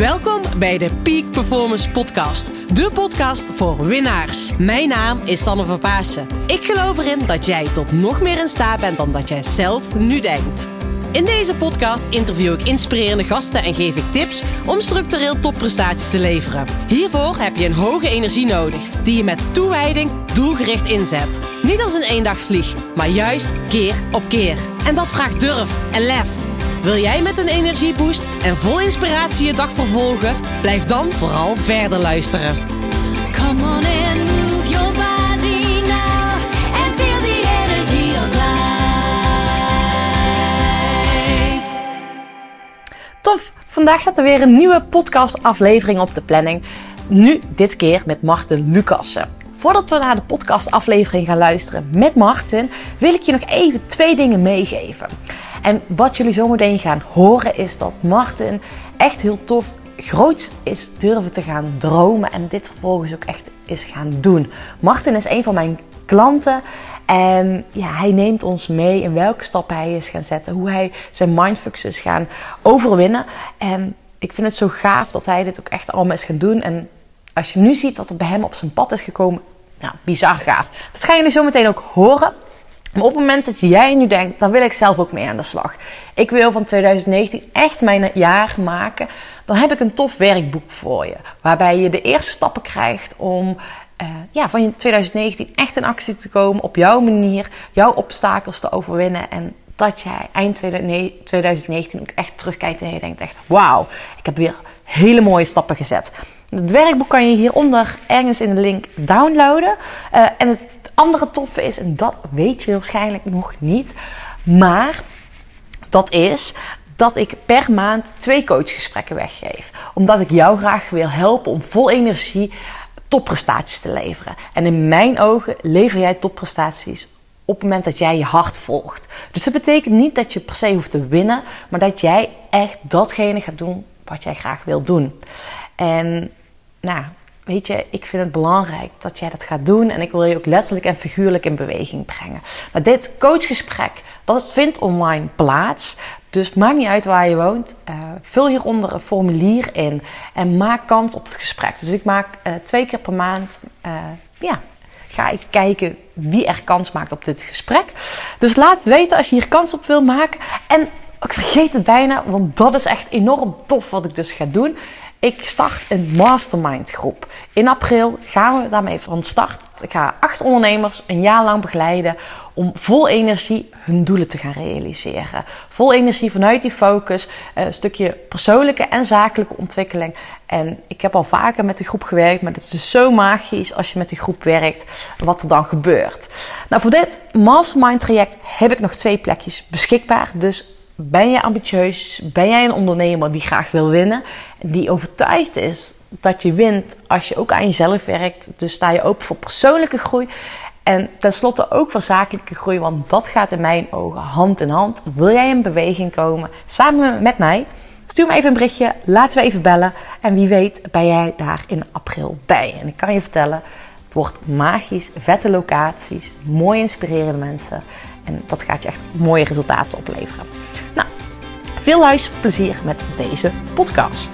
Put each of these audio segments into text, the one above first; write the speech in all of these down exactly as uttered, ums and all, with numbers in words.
Welkom bij de Peak Performance Podcast. De podcast voor winnaars. Mijn naam is Sanne van Paassen. Ik geloof erin dat jij tot nog meer in staat bent dan dat jij zelf nu denkt. In deze podcast interview ik inspirerende gasten en geef ik tips om structureel topprestaties te leveren. Hiervoor heb je een hoge energie nodig, die je met toewijding doelgericht inzet. Niet als een eendagsvlieg, maar juist keer op keer. En dat vraagt durf en lef. Wil jij met een energieboost en vol inspiratie je dag vervolgen? Blijf dan vooral verder luisteren. Come on and move your body now and feel the energy of life. Tof, vandaag staat er weer een nieuwe podcastaflevering op de planning. Nu dit keer met Marten Lucassen. Voordat we naar de podcastaflevering gaan luisteren met Marten, wil ik je nog even twee dingen meegeven. En wat jullie zometeen gaan horen is dat Marten echt heel tof groots is durven te gaan dromen en dit vervolgens ook echt is gaan doen. Marten is een van mijn klanten en ja, hij neemt ons mee in welke stappen hij is gaan zetten, hoe hij zijn mindfucks is gaan overwinnen. En ik vind het zo gaaf dat hij dit ook echt allemaal is gaan doen. En als je nu ziet wat er bij hem op zijn pad is gekomen, nou, bizar gaaf. Dat gaan jullie zo meteen ook horen. Maar op het moment dat jij nu denkt, dan wil ik zelf ook mee aan de slag. Ik wil van twintig negentien echt mijn jaar maken. Dan heb ik een tof werkboek voor je. Waarbij je de eerste stappen krijgt om uh, ja, van twintig negentien echt in actie te komen. Op jouw manier, jouw obstakels te overwinnen. En dat jij eind twintig negentien ook echt terugkijkt en je denkt echt, wauw, ik heb weer hele mooie stappen gezet. Het werkboek kan je hieronder ergens in de link downloaden. Uh, en het andere toffe is, en dat weet je waarschijnlijk nog niet, maar dat is dat ik per maand twee coachgesprekken weggeef. Omdat ik jou graag wil helpen om vol energie topprestaties te leveren. En in mijn ogen lever jij topprestaties op het moment dat jij je hart volgt. Dus dat betekent niet dat je per se hoeft te winnen, maar dat jij echt datgene gaat doen wat jij graag wil doen. En nou, weet je, ik vind het belangrijk dat jij dat gaat doen. En ik wil je ook letterlijk en figuurlijk in beweging brengen. Maar dit coachgesprek, dat vindt online plaats. Dus maakt niet uit waar je woont. Uh, vul hieronder een formulier in. En maak kans op het gesprek. Dus ik maak uh, twee keer per maand, uh, ja, ga ik kijken wie er kans maakt op dit gesprek. Dus laat weten als je hier kans op wil maken. En ik vergeet het bijna, want dat is echt enorm tof wat ik dus ga doen. Ik start een mastermind groep. In april gaan we daarmee van start. Ik ga acht ondernemers een jaar lang begeleiden om vol energie hun doelen te gaan realiseren. Vol energie vanuit die focus, een stukje persoonlijke en zakelijke ontwikkeling. En ik heb al vaker met de groep gewerkt, maar het is dus zo magisch als je met die groep werkt, wat er dan gebeurt. Nou, voor dit mastermind traject heb ik nog twee plekjes beschikbaar. Dus ben je ambitieus? Ben jij een ondernemer die graag wil winnen? Die overtuigd is dat je wint als je ook aan jezelf werkt. Dus sta je open voor persoonlijke groei. En tenslotte ook voor zakelijke groei. Want dat gaat in mijn ogen hand in hand. Wil jij in beweging komen samen met mij? Stuur me even een berichtje. Laten we even bellen. En wie weet ben jij daar in april bij. En ik kan je vertellen, het wordt magisch. Vette locaties. Mooi inspirerende mensen. En dat gaat je echt mooie resultaten opleveren. Nou, veel luisterplezier met deze podcast.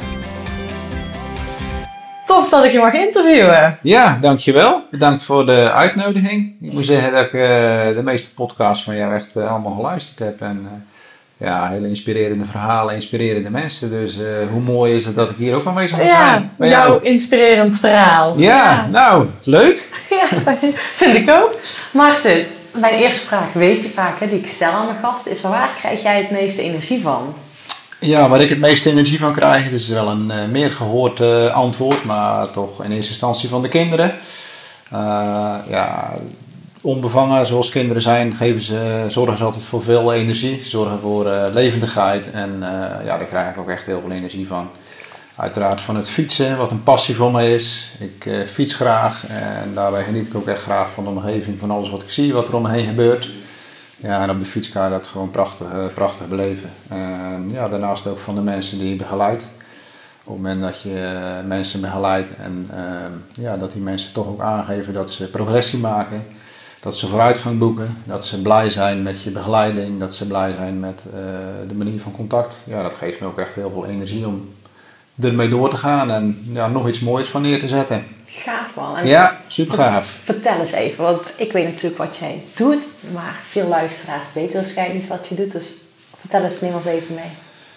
Tof dat ik je mag interviewen. Ja, dankjewel. Bedankt voor de uitnodiging. Ik moet zeggen dat ik uh, de meeste podcasts van jou echt uh, allemaal geluisterd heb. En uh, ja, hele inspirerende verhalen, inspirerende mensen. Dus uh, hoe mooi is het dat ik hier ook aanwezig mag ja, zijn. Ja, jouw inspirerend verhaal. Ja, ja, nou, leuk. Ja, vind ik ook. Marten, mijn eerste vraag, weet je vaak, hè, die ik stel aan mijn gasten, is: waar krijg jij het meeste energie van? Ja, waar ik het meeste energie van krijg, het is wel een uh, meer gehoord uh, antwoord, maar toch in eerste instantie van de kinderen. Uh, ja, onbevangen zoals kinderen zijn, geven ze, zorgen ze altijd voor veel energie, zorgen voor uh, levendigheid en uh, ja, daar krijg ik ook echt heel veel energie van. Uiteraard van het fietsen, wat een passie voor mij is. Ik uh, fiets graag en daarbij geniet ik ook echt graag van de omgeving, van alles wat ik zie, wat er om me heen gebeurt. Ja, en op de fiets kan je dat gewoon prachtig, uh, prachtig beleven. En ja, daarnaast ook van de mensen die je begeleidt. Op het moment dat je uh, mensen begeleidt en uh, ja, dat die mensen toch ook aangeven dat ze progressie maken. Dat ze vooruitgang boeken, dat ze blij zijn met je begeleiding, dat ze blij zijn met uh, de manier van contact. Ja, dat geeft me ook echt heel veel energie om ermee door te gaan en ja, nog iets moois van neer te zetten. Gaaf man. En ja, super gaaf. Vertel eens even, want ik weet natuurlijk wat jij doet, maar veel luisteraars weten waarschijnlijk niet wat je doet. Dus vertel eens, neem ons even mee.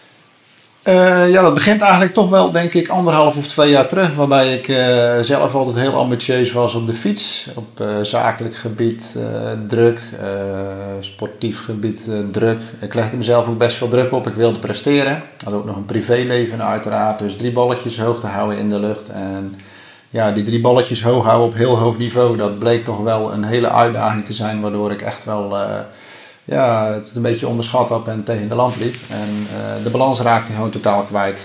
Uh, ja, dat begint eigenlijk toch wel, denk ik, anderhalf of twee jaar terug. Waarbij ik uh, zelf altijd heel ambitieus was op de fiets. Op uh, zakelijk gebied uh, druk, uh, sportief gebied uh, druk. Ik legde mezelf ook best veel druk op. Ik wilde presteren. Ik had ook nog een privéleven uiteraard. Dus drie balletjes hoog te houden in de lucht. En ja, die drie balletjes hoog houden op heel hoog niveau. Dat bleek toch wel een hele uitdaging te zijn. Waardoor ik echt wel... Uh, Ja, het een beetje onderschat heb en tegen de lamp liep. En uh, de balans raakte gewoon totaal kwijt.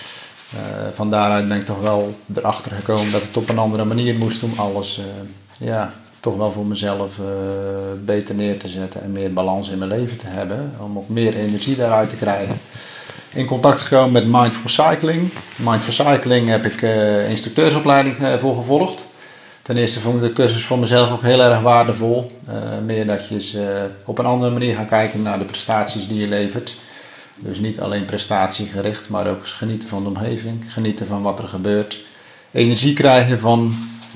Uh, van daaruit ben ik toch wel erachter gekomen dat het op een andere manier moest om alles uh, ja, toch wel voor mezelf uh, beter neer te zetten en meer balans in mijn leven te hebben. Om ook meer energie daaruit te krijgen. In contact gekomen met Mindful Cycling. Mindful Cycling heb ik uh, instructeursopleiding uh, voor gevolgd. Ten eerste vond ik de cursus voor mezelf ook heel erg waardevol. Uh, meer dat je eens, uh, op een andere manier gaat kijken naar de prestaties die je levert. Dus niet alleen prestatiegericht, maar ook eens genieten van de omgeving. Genieten van wat er gebeurt. Energie krijgen van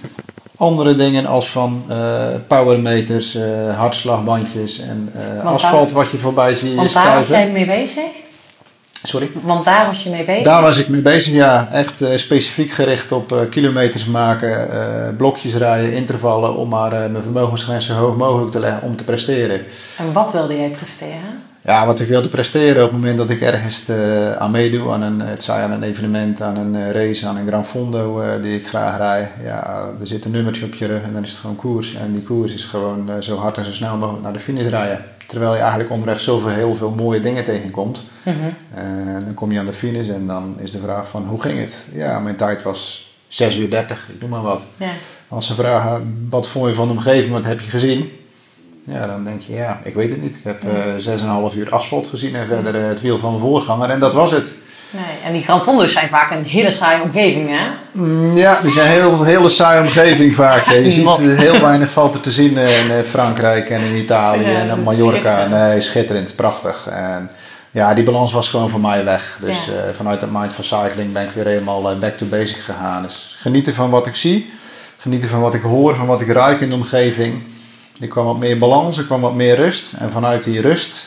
andere dingen als van uh, powermeters, uh, hartslagbandjes en uh, asfalt daar, wat je voorbij ziet. Want daar was jij mee bezig? Sorry? Want daar was je mee bezig? Daar was ik mee bezig, ja. Echt uh, specifiek gericht op uh, kilometers maken, uh, blokjes rijden, intervallen, om maar uh, mijn vermogensgrens zo hoog mogelijk te leggen om te presteren. En wat wilde jij presteren? Ja, wat ik wilde presteren op het moment dat ik ergens te, aan meedoe, aan een, het zij aan een evenement, aan een uh, race, aan een Gran Fondo uh, die ik graag rijd. Ja, er zit een nummertje op je rug en dan is het gewoon koers. En die koers is gewoon uh, zo hard en zo snel mogelijk naar de finish rijden. Terwijl je eigenlijk onderweg zoveel heel veel mooie dingen tegenkomt. Mm-hmm. Uh, dan kom je aan de finish en dan is de vraag van hoe ging het? Ja, mijn tijd was zes uur dertig, ik noem maar wat. Ja. Als ze vragen wat vond je van de omgeving, wat heb je gezien? Ja, dan denk je, ja, ik weet het niet. Ik heb zes en een half uur asfalt gezien en verder uh, het wiel van mijn voorganger en dat was het. Nee, en die Gran Fondo's zijn vaak een hele saaie omgeving, hè? Mm, ja, die zijn heel, een hele saaie omgeving vaak. Je ziet heel weinig valt er te zien in Frankrijk en in Italië ja, en op Mallorca. Schitterend. Nee, schitterend, prachtig. En ja, die balans was gewoon voor mij weg. Dus ja. uh, vanuit het Mindful Cycling ben ik weer helemaal uh, back to basic gegaan. Dus genieten van wat ik zie, genieten van wat ik hoor, van wat ik ruik in de omgeving. Er kwam wat meer balans, er kwam wat meer rust. En vanuit die rust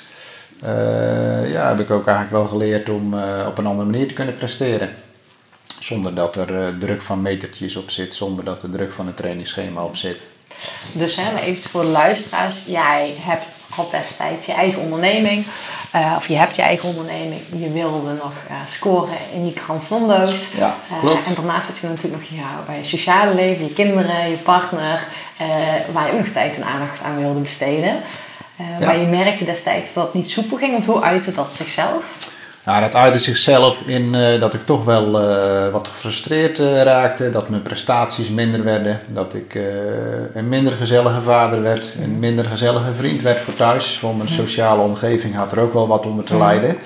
uh, ja, heb ik ook eigenlijk wel geleerd om uh, op een andere manier te kunnen presteren. Zonder dat er uh, druk van metertjes op zit, zonder dat er druk van een trainingsschema op zit. Dus hè, even voor de luisteraars, jij hebt al destijds je eigen onderneming. Uh, of je hebt je eigen onderneming, je wilde nog uh, scoren in die Gran Fondo's. Ja, klopt. Uh, en daarnaast heb je natuurlijk nog jou, bij je sociale leven, je kinderen, je partner, uh, waar je ook nog tijd en aandacht aan wilde besteden. Uh, ja. Maar je merkte destijds dat het niet soepel ging, want hoe uitte dat zichzelf? Ja, dat uitte zichzelf in uh, dat ik toch wel uh, wat gefrustreerd uh, raakte. Dat mijn prestaties minder werden. Dat ik uh, een minder gezellige vader werd. Een minder gezellige vriend werd voor thuis. Voor mijn sociale omgeving had er ook wel wat onder te lijden.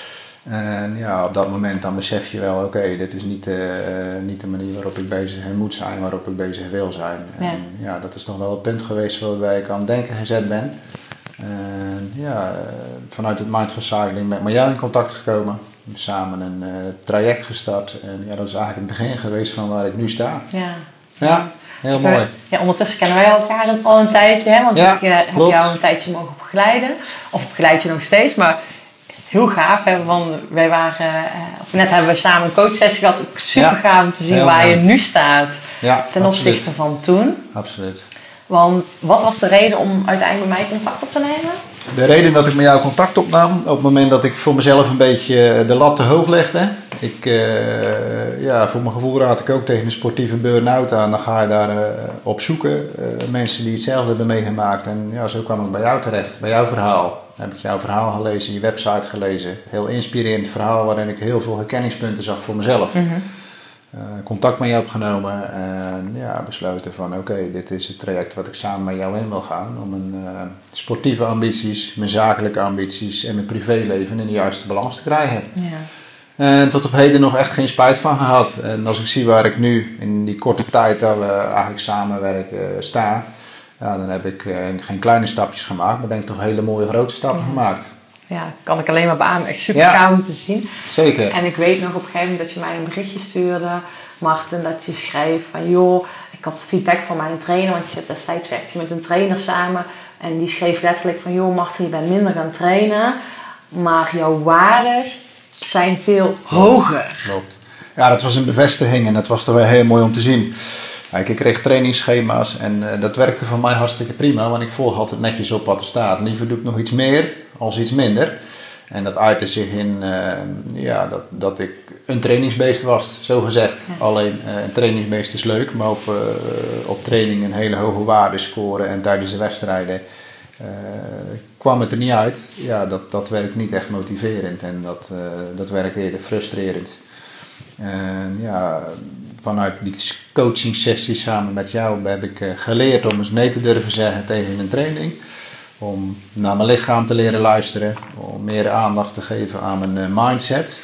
En ja, op dat moment dan besef je wel, oké, okay, dit is niet, uh, niet de manier waarop ik bezig moet zijn. Waarop ik bezig wil zijn. En ja, ja dat is toch wel het punt geweest waarbij ik aan het denken gezet ben. En ja, vanuit het Mindful Cycling ben ik met jou in contact gekomen. We hebben samen een uh, traject gestart. En ja, dat is eigenlijk het begin geweest van waar ik nu sta. Ja, ja heel mooi. Ja, ondertussen kennen wij elkaar al een tijdje. Hè? Want ja, ik uh, heb jou een tijdje mogen begeleiden. Of begeleid je nog steeds. Maar heel gaaf. Hè? Want wij waren, uh, of net hebben we samen een coachsessie gehad. Super ja, gaaf om te zien waar mooi. Je nu staat. Ja, ten absoluut. Opzichte van toen. Absoluut. Want wat was de reden om uiteindelijk met mij contact op te nemen? De reden dat ik met jou contact opnam, op het moment dat ik voor mezelf een beetje de lat te hoog legde. Ik, uh, ja, voor mijn gevoel raad ik ook tegen een sportieve burn-out aan. Dan ga je daar uh, op zoeken. Uh, mensen die hetzelfde hebben meegemaakt. En ja, zo kwam ik bij jou terecht, bij jouw verhaal. Dan heb ik jouw verhaal gelezen, je website gelezen. Heel inspirerend verhaal waarin ik heel veel herkenningspunten zag voor mezelf. Mm-hmm. Uh, contact met jou opgenomen en ja, besloten van oké, okay, dit is het traject wat ik samen met jou in wil gaan om mijn uh, sportieve ambities, mijn zakelijke ambities en mijn privéleven in de juiste balans te krijgen. Ja. En tot op heden nog echt geen spijt van gehad. En als ik zie waar ik nu in die korte tijd dat we eigenlijk samenwerken uh, sta, ja, dan heb ik uh, geen kleine stapjes gemaakt, maar denk ik toch hele mooie grote stappen mm-hmm. gemaakt. Ja, kan ik alleen maar beamen. Echt super Ja. gaaf om te zien. Zeker. En ik weet nog op een gegeven moment dat je mij een berichtje stuurde, Marten, dat je schreef van joh, ik had feedback van mijn trainer, want je destijds werkte je met een trainer samen. En die schreef letterlijk van joh Marten, je bent minder gaan trainen, maar jouw waardes zijn veel hoger. Klopt. Ja, dat was een bevestiging en dat was toch wel heel mooi om te zien. Kijk, ik kreeg trainingsschema's en uh, dat werkte voor mij hartstikke prima, want ik volg altijd netjes op wat er staat. Liever doe ik nog iets meer als iets minder. En dat uitte zich in uh, ja, dat, dat ik een trainingsbeest was, zo gezegd. Ja. Alleen uh, een trainingsbeest is leuk, maar op, uh, op training een hele hoge waarde scoren en tijdens de wedstrijden uh, kwam het er niet uit. Ja, dat, dat werkt niet echt motiverend en dat, uh, dat werkt eerder frustrerend. En ja, vanuit die coaching sessie samen met jou heb ik uh, geleerd om eens nee te durven zeggen tegen een training. Om naar mijn lichaam te leren luisteren, om meer aandacht te geven aan mijn uh, mindset.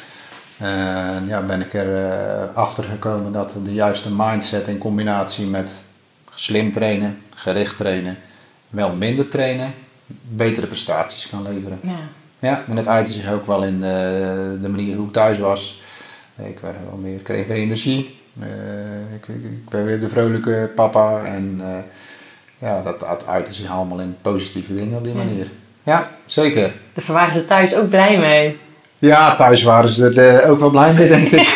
En ja, ben ik er uh, achter gekomen dat de juiste mindset in combinatie met slim trainen, gericht trainen, wel minder trainen, betere prestaties kan leveren. Ja, ja en het uitte zich ook wel in uh, de manier hoe ik thuis was. Ik werd wel meer, kreeg weer energie. Uh, ik, ik, ik ben weer de vrolijke papa en uh, ja, dat, dat uitte zich allemaal in positieve dingen op die manier. Ja, ja zeker. Dus daar waren ze thuis ook blij mee? Ja, thuis waren ze er ook wel blij mee, denk ik.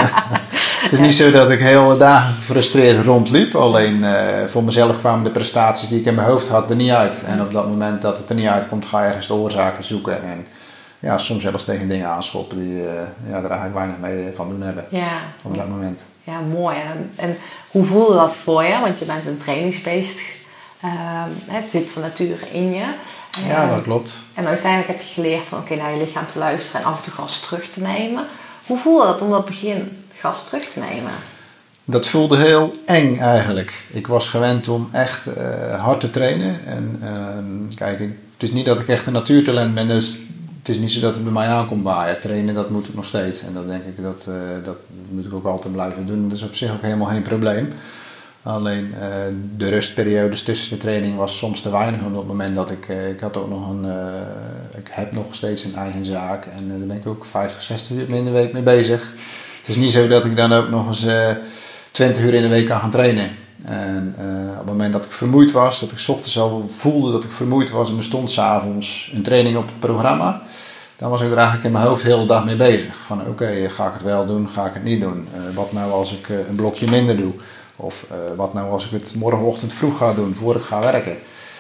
Het is niet zo dat ik heel dagen gefrustreerd rondliep. Alleen uh, voor mezelf kwamen de prestaties die ik in mijn hoofd had er niet uit. En op dat moment dat het er niet uitkomt, ga je ergens de oorzaken zoeken. En ja, soms zelfs tegen dingen aanschoppen die uh, ja, er eigenlijk weinig mee van doen hebben. Ja. Op dat moment. Ja, mooi. En, en hoe voelde dat voor je? Want je bent een trainingsbeest. Uh, het zit van nature in je. Uh, ja, dat klopt. En uiteindelijk heb je geleerd van oké, okay, naar je lichaam te luisteren en af en toe gas terug te nemen. Hoe voelde dat om dat begin gas terug te nemen? Dat voelde heel eng eigenlijk. Ik was gewend om echt uh, hard te trainen. En uh, kijk, het is niet dat ik echt een natuurtalent ben, dus het is niet zo dat het bij mij aankomt waaien. Trainen, dat moet ik nog steeds. En dat denk ik, dat, uh, dat, dat moet ik ook altijd blijven doen. Dat is op zich ook helemaal geen probleem. Alleen uh, de rustperiodes tussen de training was soms te weinig. Op het moment dat ik, uh, ik had ook nog een, uh, ik heb nog steeds een eigen zaak. En uh, daar ben ik ook vijftig, zestig uur in de week mee bezig. Het is niet zo dat ik dan ook nog eens uh, twintig uur in de week kan gaan trainen. En uh, op het moment dat ik vermoeid was, dat ik 's ochtends al voelde dat ik vermoeid was en er stond 's avonds een training op het programma, dan was ik er eigenlijk in mijn hoofd de hele dag mee bezig. Van oké, okay, ga ik het wel doen, ga ik het niet doen? Uh, wat nou als ik uh, een blokje minder doe? Of uh, wat nou als ik het morgenochtend vroeg ga doen, voor ik ga werken?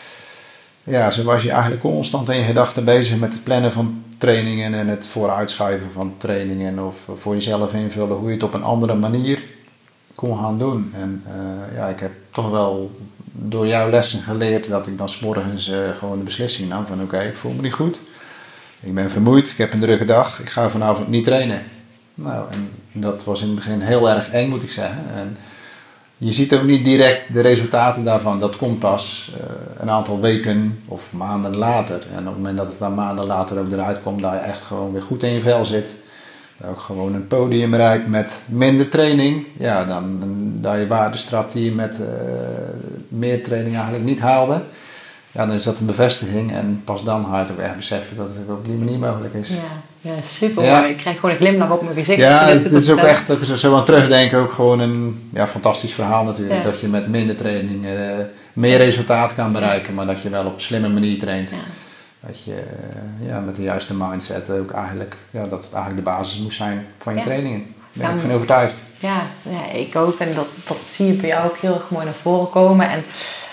Ja, zo was je eigenlijk constant in je gedachten bezig met het plannen van trainingen en het vooruitschuiven van trainingen of voor jezelf invullen hoe je het op een andere manier kon gaan doen. En uh, ja, ik heb toch wel door jouw lessen geleerd dat ik dan 's morgens uh, gewoon de beslissing nam van oké, okay, ik voel me niet goed. Ik ben vermoeid, ik heb een drukke dag, ik ga vanavond niet trainen. Nou, en dat was in het begin heel erg eng, moet ik zeggen. En je ziet ook niet direct de resultaten daarvan. Dat komt pas uh, een aantal weken of maanden later. En op het moment dat het dan maanden later ook eruit komt, dat je echt gewoon weer goed in je vel zit. Dat je ook gewoon een podium bereikt met minder training. Ja, dan, dan dat je waardes trapt die je met uh, meer training eigenlijk niet haalde. Ja, dan is dat een bevestiging. En pas dan ga je ook echt beseffen dat het ook op die manier mogelijk is. Ja, ja super mooi. Ja. Ik krijg gewoon een glimlach op mijn gezicht. Ja, het is ook echt, als ik zo aan terugdenken, ook gewoon een ja, fantastisch verhaal natuurlijk. Ja. Dat je met minder training uh, meer resultaat kan bereiken, maar dat je wel op een slimme manier traint. Ja. Dat je uh, ja, met de juiste mindset ook eigenlijk, ja, dat het eigenlijk de basis moet zijn van je ja. trainingen. Daar ben ja, ik van overtuigd. Ja, ja, ik ook. En dat, dat zie je bij jou ook heel erg mooi naar voren komen. En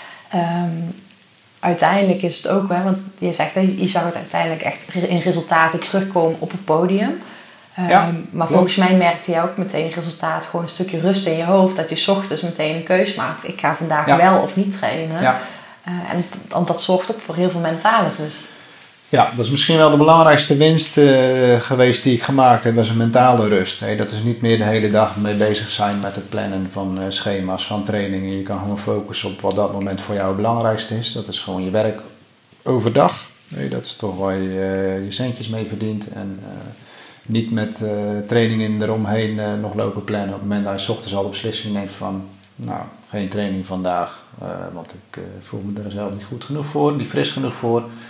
um, uiteindelijk is het ook, hè, want je zegt, je zag het uiteindelijk echt in resultaten terugkomen op het podium. Um, ja, maar volgens mij merkte je ook meteen resultaat, gewoon een stukje rust in je hoofd, dat je 's ochtends meteen een keus maakt. Ik ga vandaag ja. wel of niet trainen. Ja. Uh, en want dat zorgt ook voor heel veel mentale rust. Ja, dat is misschien wel de belangrijkste winst uh, geweest die ik gemaakt heb, dat is een mentale rust. Hey, dat is niet meer de hele dag mee bezig zijn met het plannen van uh, schema's, van trainingen. Je kan gewoon focussen op wat dat moment voor jou het belangrijkste is. Dat is gewoon je werk overdag. Hey, dat is toch waar je uh, je centjes mee verdient. En uh, niet met uh, trainingen eromheen uh, nog lopen plannen. Op het moment dat je 's ochtends al de beslissing neemt van, nou, geen training vandaag. Uh, want ik uh, voel me er zelf niet goed genoeg voor, niet fris genoeg voor.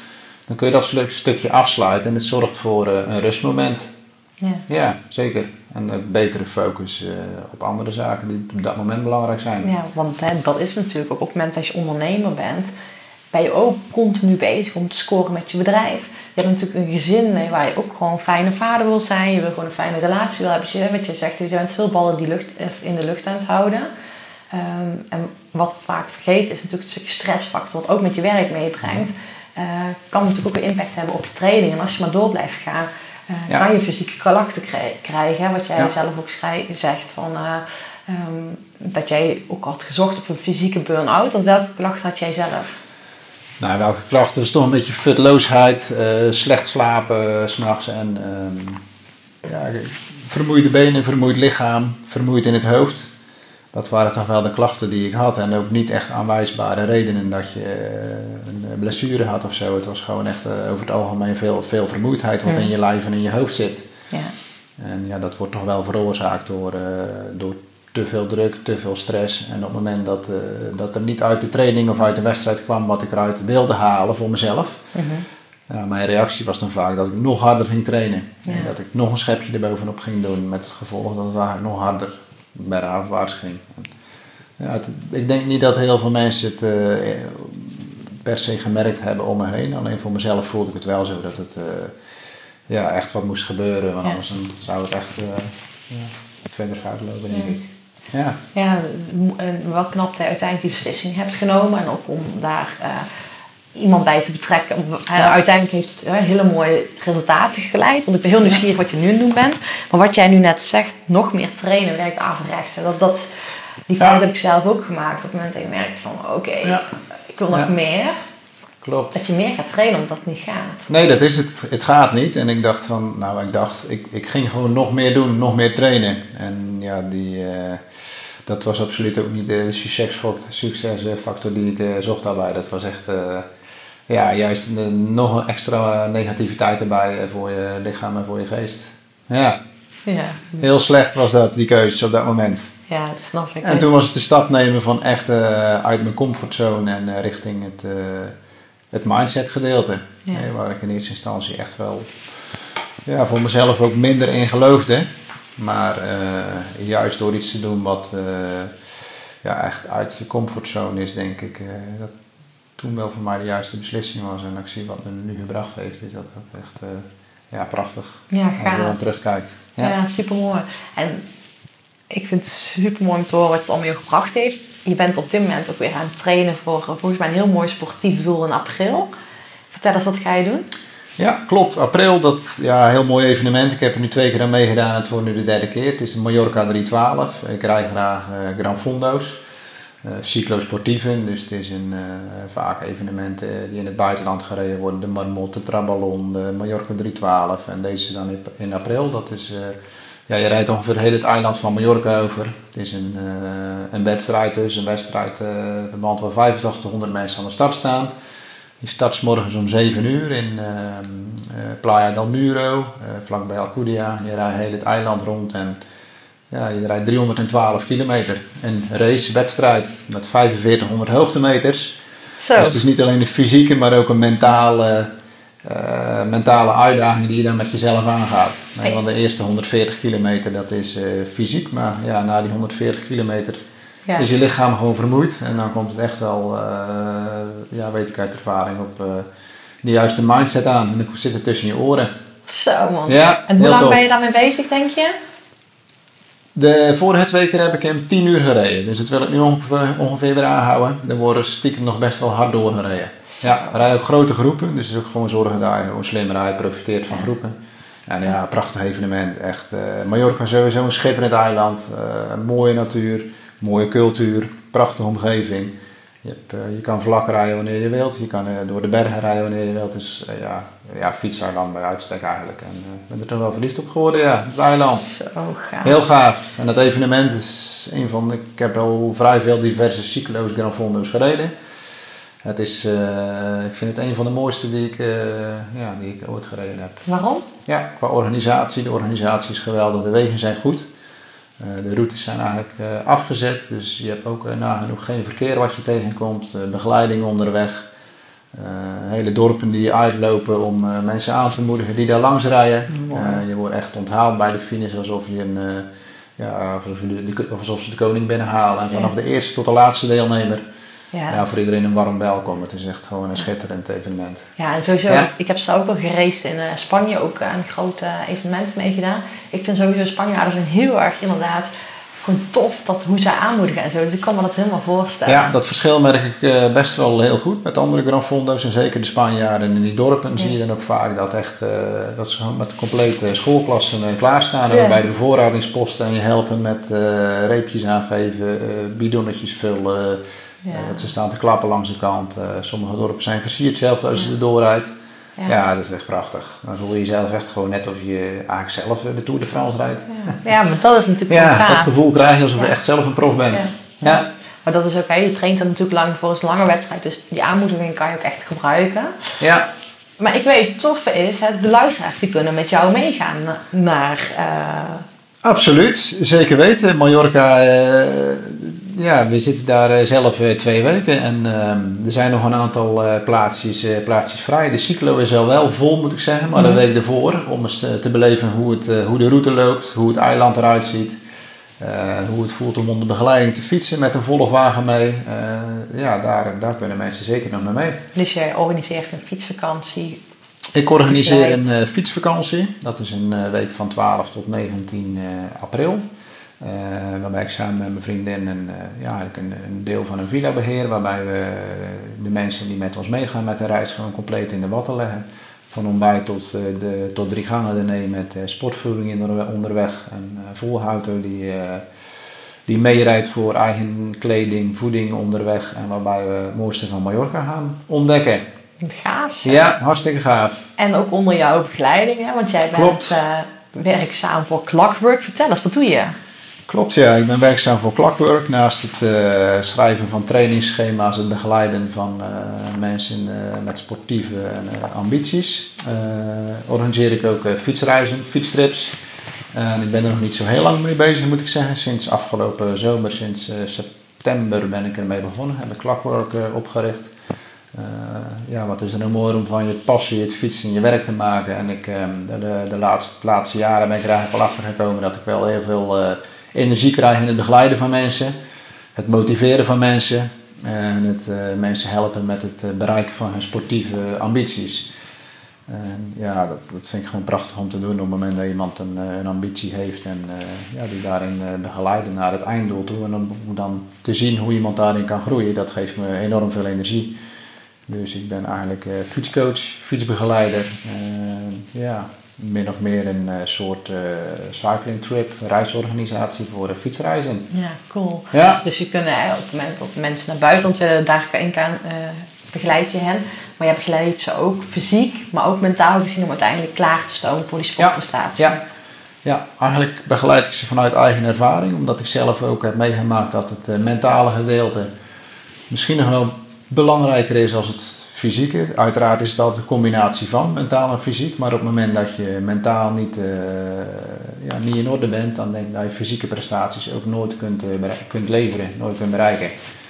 dan kun je dat stukje afsluiten en het zorgt voor uh, een rustmoment. Ja. Ja, zeker. En een betere focus uh, op andere zaken die op dat moment belangrijk zijn. Ja, want hè, dat is natuurlijk ook op het moment dat je ondernemer bent, ben je ook continu bezig om te scoren met je bedrijf. Je hebt natuurlijk een gezin waar je ook gewoon een fijne vader wil zijn. Je wil gewoon een fijne relatie wil hebben. Wat je zegt, je bent veel ballen die lucht, in de lucht aan het houden. Um, en wat we vaak vergeten is natuurlijk het stukje stressfactor wat ook met je werk meebrengt. Uh, kan natuurlijk ook een impact hebben op je training. En als je maar door blijft gaan, uh, ja. kan je fysieke klachten krijgen. Hè? Wat jij ja. zelf ook schrij- zegt van uh, um, dat jij ook had gezocht op een fysieke burn-out. Of welke klachten had jij zelf? Nou, welke klachten? Was toch een beetje futloosheid, uh, slecht slapen uh, 's nachts en um, ja, vermoeide benen, vermoeid lichaam, vermoeid in het hoofd. Dat waren toch wel de klachten die ik had en ook niet echt aanwijsbare redenen dat je uh, een blessure had of zo. Het was gewoon echt uh, over het algemeen veel, veel vermoeidheid wat mm. in je lijf en in je hoofd zit. Ja. En ja, dat wordt toch wel veroorzaakt door, uh, door te veel druk, te veel stress. En op het moment dat, uh, dat er niet uit de training of uit de wedstrijd kwam wat ik eruit wilde halen voor mezelf. Mm-hmm. Uh, mijn reactie was dan vaak dat ik nog harder ging trainen. Ja. En dat ik nog een schepje erbovenop ging doen met het gevolg dat het eigenlijk nog harder bergafwaarts ging. En, ja, het, ik denk niet dat heel veel mensen het uh, per se gemerkt hebben om me heen. Alleen voor mezelf voelde ik het wel zo dat het uh, ja, echt wat moest gebeuren. Want ja. anders dan zou het echt uh, ja, verder fout lopen, denk ja. ik. Ja, ja en wel knap dat je uiteindelijk die beslissing hebt genomen. En ook om daar uh, iemand bij te betrekken. Ja. Uiteindelijk heeft het uh, hele mooie resultaten geleid. Want ik ben heel nieuwsgierig wat je nu aan het doen bent. Maar wat jij nu net zegt, nog meer trainen werkt averechts. Dat, dat, die fout ja. heb ik zelf ook gemaakt. Op het moment dat je merkt van oké, okay, ja. ik wil nog ja. meer. Klopt. Dat je meer gaat trainen omdat het niet gaat. Nee, dat is het. Het gaat niet. En ik dacht van, nou ik dacht, ik, ik ging gewoon nog meer doen, nog meer trainen. En ja, die, uh, dat was absoluut ook niet de succesfactor, succesfactor die ik uh, zocht daarbij. Dat was echt, uh, ja, juist uh, nog een extra negativiteit erbij uh, voor je lichaam en voor je geest. Ja. ja. Heel slecht was dat, die keuze op dat moment. Ja, dat snap ik. En toen was het de stap nemen van echt uh, uit mijn comfortzone en uh, richting het... Uh, Het mindset gedeelte, ja. hè, waar ik in eerste instantie echt wel ja, voor mezelf ook minder in geloofde. Maar uh, juist door iets te doen wat uh, ja, echt uit je comfortzone is, denk ik, uh, dat toen wel voor mij de juiste beslissing was. En als ik zie wat me nu gebracht heeft, is dat ook echt uh, ja, prachtig. Ja, als je dan terugkijkt. Ja, ja supermooi. En ik vind het supermooi om te horen wat het allemaal je gebracht heeft. Je bent op dit moment ook weer aan het trainen voor volgens mij een heel mooi sportief doel in april. Vertel eens, wat ga je doen? Ja, klopt. April, dat ja, heel mooi evenement. Ik heb er nu twee keer aan meegedaan en het wordt nu de derde keer. Het is de Mallorca driehonderdtwaalf. Ik rijd graag uh, Gran Fondo's. Uh, cyclosportieven, dus het is een uh, vaak evenementen die in het buitenland gereden worden. De Marmot, de Traballon, de Mallorca driehonderdtwaalf. En deze is dan in, in april. Dat is... Uh, Ja, je rijdt ongeveer heel het eiland van Mallorca over. Het is een, uh, een wedstrijd dus. Een wedstrijd uh, verband waar vijfentachtighonderd mensen aan de start staan. Je start 's morgens om zeven uur in uh, uh, Playa del Muro, uh, vlakbij Alcudia. Je rijdt heel het eiland rond en ja, je rijdt driehonderdtwaalf kilometer. Een race, wedstrijd met vijfenveertighonderd hoogtemeters. Zo. Dus het is niet alleen een fysieke, maar ook een mentale... Uh, mentale uitdaging die je dan met jezelf aangaat. Nee, want de eerste honderdveertig kilometer dat is uh, fysiek, maar ja, na die honderdveertig kilometer ja. is je lichaam gewoon vermoeid. En dan komt het echt wel, uh, ja, weet ik uit ervaring, op uh, de juiste mindset aan. En dan zit het tussen je oren. Zo man. Ja, en hoe lang tof. ben je daarmee bezig, denk je? De vorige twee keer heb ik hem tien uur gereden. Dus dat wil ik nu ongeveer, ongeveer weer aanhouden. Er worden stiekem nog best wel hard doorgereden. Ja, we rijden ook grote groepen. Dus het is ook gewoon zorgen dat je gewoon slimmer rijdt, profiteert van groepen. En ja, prachtig evenement. Echt, uh, Mallorca sowieso een schitterend eiland. Uh, mooie natuur, mooie cultuur, prachtige omgeving. Je, hebt, uh, je kan vlak rijden wanneer je wilt. Je kan uh, door de bergen rijden wanneer je wilt. Dus uh, ja, ja fietseiland bij uitstek eigenlijk. En ik uh, ben er toch wel verliefd op geworden, ja. Het eiland. Zo gaaf. Heel gaaf. En dat evenement is een van de... Ik heb al vrij veel diverse cyclo's, Gran Fondo's gereden. Het is... Uh, ik vind het een van de mooiste die ik, uh, ja, die ik ooit gereden heb. Waarom? Ja, qua organisatie. De organisatie is geweldig. De wegen zijn goed. Uh, de routes zijn eigenlijk uh, afgezet, dus je hebt ook uh, nagenoeg geen verkeer wat je tegenkomt, uh, begeleiding onderweg. Uh, hele dorpen die uitlopen om uh, mensen aan te moedigen die daar langs rijden. Uh, je wordt echt onthaald bij de finish alsof je een... Uh, Ja, alsof, de, de, alsof ze de koning binnenhalen. En vanaf de eerste tot de laatste deelnemer. Ja. Ja, voor iedereen een warm welkom. Het is echt gewoon een schitterend evenement. Ja, en sowieso. Ja. Ik heb ze ook al geraced in uh, Spanje. Ook aan grote evenementen meegedaan. Ik vind sowieso Spanjaarden zijn heel erg inderdaad... gewoon tof dat, hoe ze aanmoedigen en zo. Dus ik kan me dat helemaal voorstellen. Ja, dat verschil merk ik uh, best wel heel goed met andere Gran Fondo's. En zeker de Spanjaarden in die dorpen. Ja. Zie je dan ook vaak dat, echt, uh, dat ze met de complete schoolklassen uh, klaarstaan. Ja. Bij de bevoorradingsposten en je helpen met uh, reepjes aangeven, uh, bidonnetjes vullen. Ja. Uh, dat ze staan te klappen langs de kant. Uh, sommige dorpen zijn versierd zelfs als je ja. er doorrijdt. Ja. ja, dat is echt prachtig. Dan voel je jezelf echt gewoon net of je eigenlijk zelf de Tour de France rijdt. Ja, ja maar dat is natuurlijk ja, gaaf. Dat gevoel krijg je alsof ja. je echt zelf een prof bent. Ja. Ja. Ja. Maar dat is ook, hè, je traint dan natuurlijk lang voor een lange wedstrijd. Dus die aanmoediging kan je ook echt gebruiken. Ja. Maar ik weet, het toffe is, hè, de luisteraars die kunnen met jou meegaan naar... Uh... Absoluut, zeker weten. Mallorca... Uh, Ja, we zitten daar uh, zelf uh, twee weken en uh, er zijn nog een aantal uh, plaatsjes, uh, plaatsjes vrij. De cyclo is al wel vol, moet ik zeggen, maar mm-hmm. de week ervoor. Om eens uh, te beleven hoe, het, uh, hoe de route loopt, hoe het eiland eruit ziet. Uh, hoe het voelt om onder begeleiding te fietsen met een volgwagen mee. Uh, ja, daar, daar kunnen mensen zeker nog mee mee. Dus jij organiseert een fietsvakantie? Ik organiseer een uh, fietsvakantie. Dat is een uh, week van twaalf tot negentien april. Uh, waarbij ik samen met mijn vriendin een, uh, ja, eigenlijk een, een deel van een villa beheer. Waarbij we uh, de mensen die met ons meegaan met de reis gewoon compleet in de watten leggen. Van ontbijt tot, uh, de, tot drie gangen diner met uh, sportvoeding in onderweg. Een uh, volauto die, uh, die meerijdt voor eigen kleding, voeding onderweg. En waarbij we het mooiste van Mallorca gaan ontdekken. Gaaf. Zo. Ja, hartstikke gaaf. En ook onder jouw begeleiding, hè? Want jij bent uh, werkzaam voor Clockwork. Vertel eens, wat doe je? Klopt, ja. Ik ben werkzaam voor Clockwork. Naast het uh, schrijven van trainingsschema's, het begeleiden van uh, mensen uh, met sportieve uh, ambities. Uh, organiseer ik ook uh, fietsreizen, fietstrips. En uh, ik ben er nog niet zo heel lang mee bezig, moet ik zeggen. Sinds afgelopen zomer, sinds uh, september ben ik ermee begonnen. Heb ik Clockwork uh, opgericht. Uh, ja, wat is er nou mooi om van je passie, het fietsen, je werk te maken. En ik, uh, de, de, de laatste, laatste jaren ben ik er eigenlijk wel achter gekomen dat ik wel heel veel... Uh, energie krijgen in het begeleiden van mensen, het motiveren van mensen en het uh, mensen helpen met het uh, bereiken van hun sportieve ambities. En ja, dat, dat vind ik gewoon prachtig om te doen op het moment dat iemand een, een ambitie heeft en uh, ja, die daarin uh, begeleiden naar het einddoel toe. En om dan te zien hoe iemand daarin kan groeien, dat geeft me enorm veel energie. Dus ik ben eigenlijk uh, fietscoach, fietsbegeleider, uh, ja... min of meer een uh, soort uh, cycling trip, reisorganisatie voor uh, fietsreizen. Ja, cool. Ja. Dus je kunt uh, op het moment dat mensen naar buiten willen, daar in gaan, uh, begeleid je hen. Maar je begeleidt ze ook fysiek, maar ook mentaal gezien om uiteindelijk klaar te stomen voor die sportprestatie. Ja, ja. ja, eigenlijk begeleid ik ze vanuit eigen ervaring, omdat ik zelf ook heb meegemaakt dat het uh, mentale gedeelte misschien nog wel belangrijker is als het fysieke. Uiteraard is het altijd een combinatie van mentaal en fysiek. Maar op het moment dat je mentaal niet, uh, ja, niet in orde bent, dan denk ik dat je fysieke prestaties ook nooit kunt, uh, kunt leveren, nooit kunt bereiken.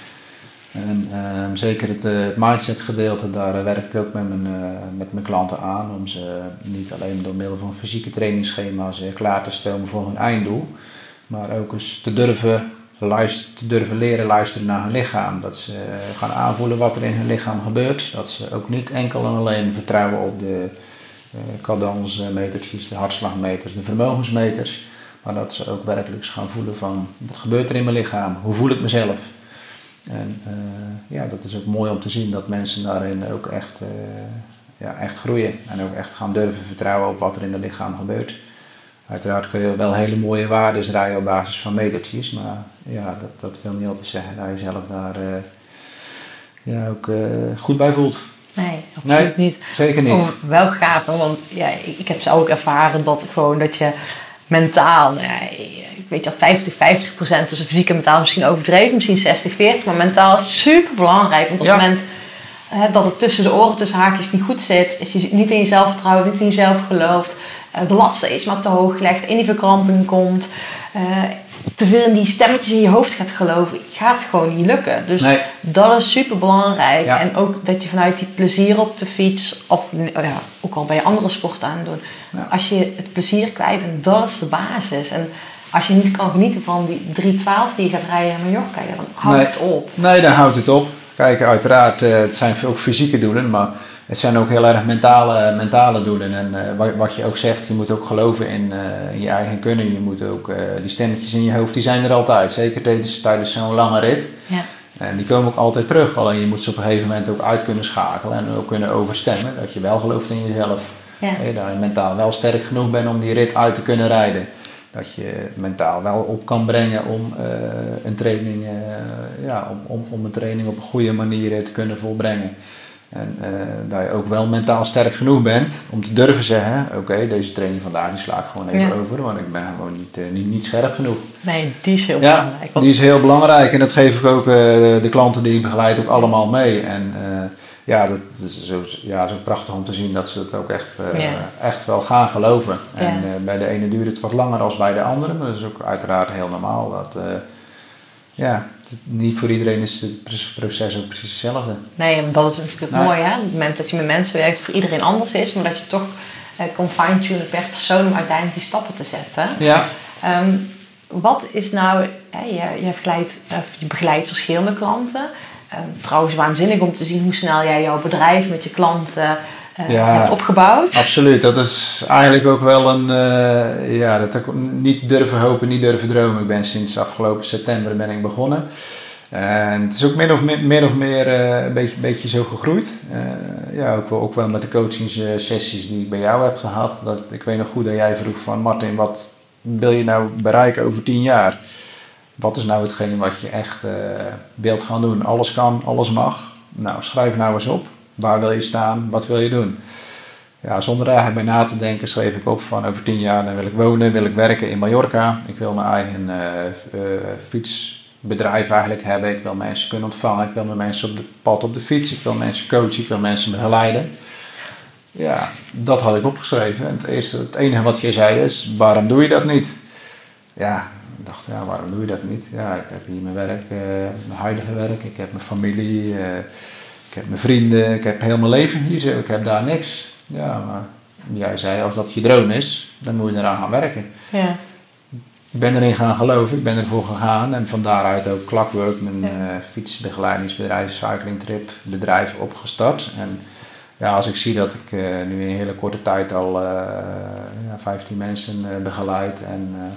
En uh, zeker het, uh, het mindset gedeelte, daar uh, werk ik ook met mijn, uh, met mijn klanten aan. Om ze niet alleen door middel van fysieke trainingsschema's uh, klaar te stomen voor hun einddoel. Maar ook eens te durven... Luister, te durven leren luisteren naar hun lichaam. Dat ze gaan aanvoelen wat er in hun lichaam gebeurt. Dat ze ook niet enkel en alleen vertrouwen op de uh, cadencemetertjes, de hartslagmeters, de vermogensmeters. Maar dat ze ook werkelijk gaan voelen van wat gebeurt er in mijn lichaam? Hoe voel ik mezelf? En uh, ja, dat is ook mooi om te zien dat mensen daarin ook echt, uh, ja, echt groeien. En ook echt gaan durven vertrouwen op wat er in het lichaam gebeurt. Uiteraard kun je wel hele mooie waardes rijden op basis van metertjes, maar ja, dat, dat wil niet altijd zeggen dat je zelf daar uh, ja, ook uh, goed bij voelt. Nee, absoluut nee, niet. Zeker niet. Oh, wel gaaf, want ja, ik, ik heb zelf ook ervaren dat gewoon dat je mentaal, nou ja, ik weet al vijftig vijftig procent tussen fysiek en mentaal misschien overdreven, misschien zestig veertig, maar mentaal is super belangrijk, want op het ja. moment uh, dat het tussen de oren, tussen haakjes niet goed zit, is je niet in jezelf vertrouwt, niet in jezelf gelooft, de lat steeds maar te hoog legt, in die verkramping komt. Uh, te veel in die stemmetjes in je hoofd gaat geloven, gaat gewoon niet lukken. Dus nee. dat is super belangrijk. Ja. En ook dat je vanuit die plezier op de fiets, of ja, ook al bij je andere sporten aan doen, ja. als je het plezier kwijt bent, dat is de basis. En als je niet kan genieten van die drie twaalf die je gaat rijden in Mallorca, ja, dan houdt nee. het op. Nee, dan houdt het op. Kijk, uiteraard, uh, het zijn ook fysieke doelen, maar het zijn ook heel erg mentale, mentale doelen. En uh, wat, wat je ook zegt, je moet ook geloven in, uh, in je eigen kunnen. Je moet ook, uh, die stemmetjes in je hoofd, die zijn er altijd. Zeker tijdens, tijdens zo'n lange rit. Ja. En die komen ook altijd terug. Alleen je moet ze op een gegeven moment ook uit kunnen schakelen en ook kunnen overstemmen. Dat je wel gelooft in jezelf. Ja. Hey, dat je mentaal wel sterk genoeg bent om die rit uit te kunnen rijden. Dat je mentaal wel op kan brengen om, uh, een, training, uh, ja, om, om, om een training op een goede manier te kunnen volbrengen. En uh, dat je ook wel mentaal sterk genoeg bent om te durven zeggen, oké, okay, deze training vandaag die sla ik gewoon even ja. over, want ik ben gewoon niet, uh, niet, niet scherp genoeg. Nee, die is heel ja, belangrijk. Die is heel belangrijk en dat geef ik ook uh, de klanten die ik begeleid ook allemaal mee. En uh, ja, dat is zo, ja, zo prachtig om te zien dat ze het ook echt, uh, ja. echt wel gaan geloven. En ja. uh, bij de ene duurt het wat langer dan bij de andere, maar dat is ook uiteraard heel normaal. Dat, uh, ja, niet voor iedereen is het proces ook precies hetzelfde. Nee, dat is natuurlijk nee. mooi, hè? Op het moment dat je met mensen werkt, voor iedereen anders is, maar dat je toch uh, kan fine-tunen per persoon om uiteindelijk die stappen te zetten. Ja. Um, wat is nou, hè, je, je, begeleidt, uh, je begeleidt verschillende klanten. Um, trouwens, waanzinnig om te zien hoe snel jij jouw bedrijf met je klanten uh, ja, hebt opgebouwd. Absoluut, dat is eigenlijk ook wel een, uh, ja, dat ik niet durven hopen, niet durven dromen. Ik ben sinds afgelopen september ben ik begonnen. En het is ook min of meer, min of meer uh, een beetje, beetje zo gegroeid. Uh, ja, ook wel, ook wel met de coachingssessies die ik bij jou heb gehad. Dat, ik weet nog goed dat jij vroeg van Martin, wat wil je nou bereiken over tien jaar? Wat is nou hetgeen wat je echt uh, wilt gaan doen? Alles kan, alles mag. Nou, schrijf nou eens op. Waar wil je staan? Wat wil je doen? Ja, zonder er eigenlijk bij na te denken schreef ik op van over tien jaar dan wil ik wonen, wil ik werken in Mallorca. Ik wil mijn eigen uh, uh, fietsbedrijf eigenlijk hebben. Ik wil mensen kunnen ontvangen. Ik wil met mensen op de pad op de fiets. Ik wil mensen coachen. Ik wil mensen begeleiden. Ja, dat had ik opgeschreven. En het, eerste, het enige wat je zei is, waarom doe je dat niet? Ja, ik dacht, ja, waarom doe je dat niet? Ja, ik heb hier mijn werk, uh, mijn huidige werk. Ik heb mijn familie. Uh, ik heb mijn vrienden. Ik heb heel mijn leven hier zo. Ik heb daar niks. Ja, maar jij zei, als dat je droom is, dan moet je eraan gaan werken. Ja. Ik ben erin gaan geloven, ik ben ervoor gegaan en van daaruit ook Clockwork, mijn ja. uh, fietsbegeleidingsbedrijf, cyclingtrip bedrijf opgestart. En ja, als ik zie dat ik uh, nu in een hele korte tijd al uh, ja, vijftien mensen uh, begeleid en uh,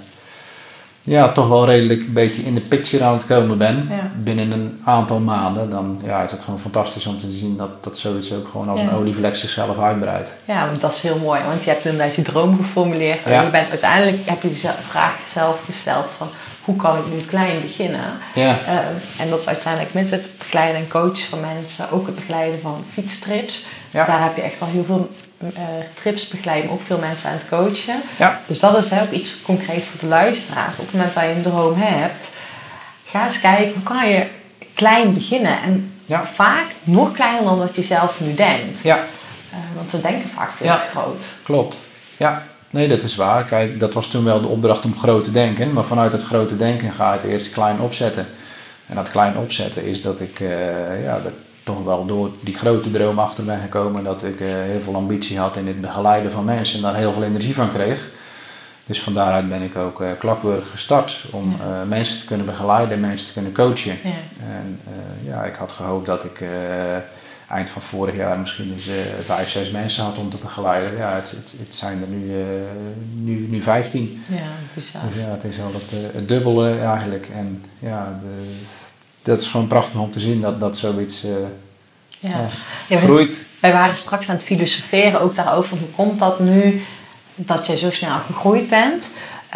ja, toch wel redelijk een beetje in de picture aan het komen ben ja. binnen een aantal maanden, dan ja, is het gewoon fantastisch om te zien dat, dat zoiets ook gewoon als ja. een olievlek zichzelf uitbreidt. Ja, dat is heel mooi, want je hebt inderdaad je droom geformuleerd en ja. je bent uiteindelijk heb je de vraag zelf gesteld van hoe kan ik nu klein beginnen? Ja. Uh, en dat is uiteindelijk met het begeleiden en coachen van mensen, ook het begeleiden van fietstrips. Ja. Daar heb je echt al heel veel Uh, trips begeleiden, ook veel mensen aan het coachen. Ja. Dus dat is hè, ook iets concreet voor de luisteraar. Op het moment dat je een droom hebt, ga eens kijken hoe kan je klein beginnen. En ja. vaak nog kleiner dan wat je zelf nu denkt. Ja. Uh, want we denken vaak veel ja. te groot. Klopt. Ja, nee, dat is waar. Kijk, dat was toen wel de opdracht om groot te denken. Maar vanuit het grote denken ga je het eerst klein opzetten. En dat klein opzetten is dat ik uh, ja, dat toch wel door die grote droom achter ben gekomen dat ik uh, heel veel ambitie had in het begeleiden van mensen en daar heel veel energie van kreeg. Dus van daaruit ben ik ook uh, Clockwork gestart om ja. uh, mensen te kunnen begeleiden, mensen te kunnen coachen. Ja. En uh, ja, ik had gehoopt dat ik uh, eind van vorig jaar misschien eens uh, vijf, zes mensen had om te begeleiden. Ja, het, het, het zijn er nu, uh, nu, nu vijftien. Ja, bizar. Dus ja, het is al het, uh, het dubbele eigenlijk. En ja, de, dat is gewoon prachtig om te zien dat, dat zoiets uh, ja. Ja, ja, groeit. Wij waren straks aan het filosoferen ook daarover. Hoe komt dat nu dat jij zo snel gegroeid bent?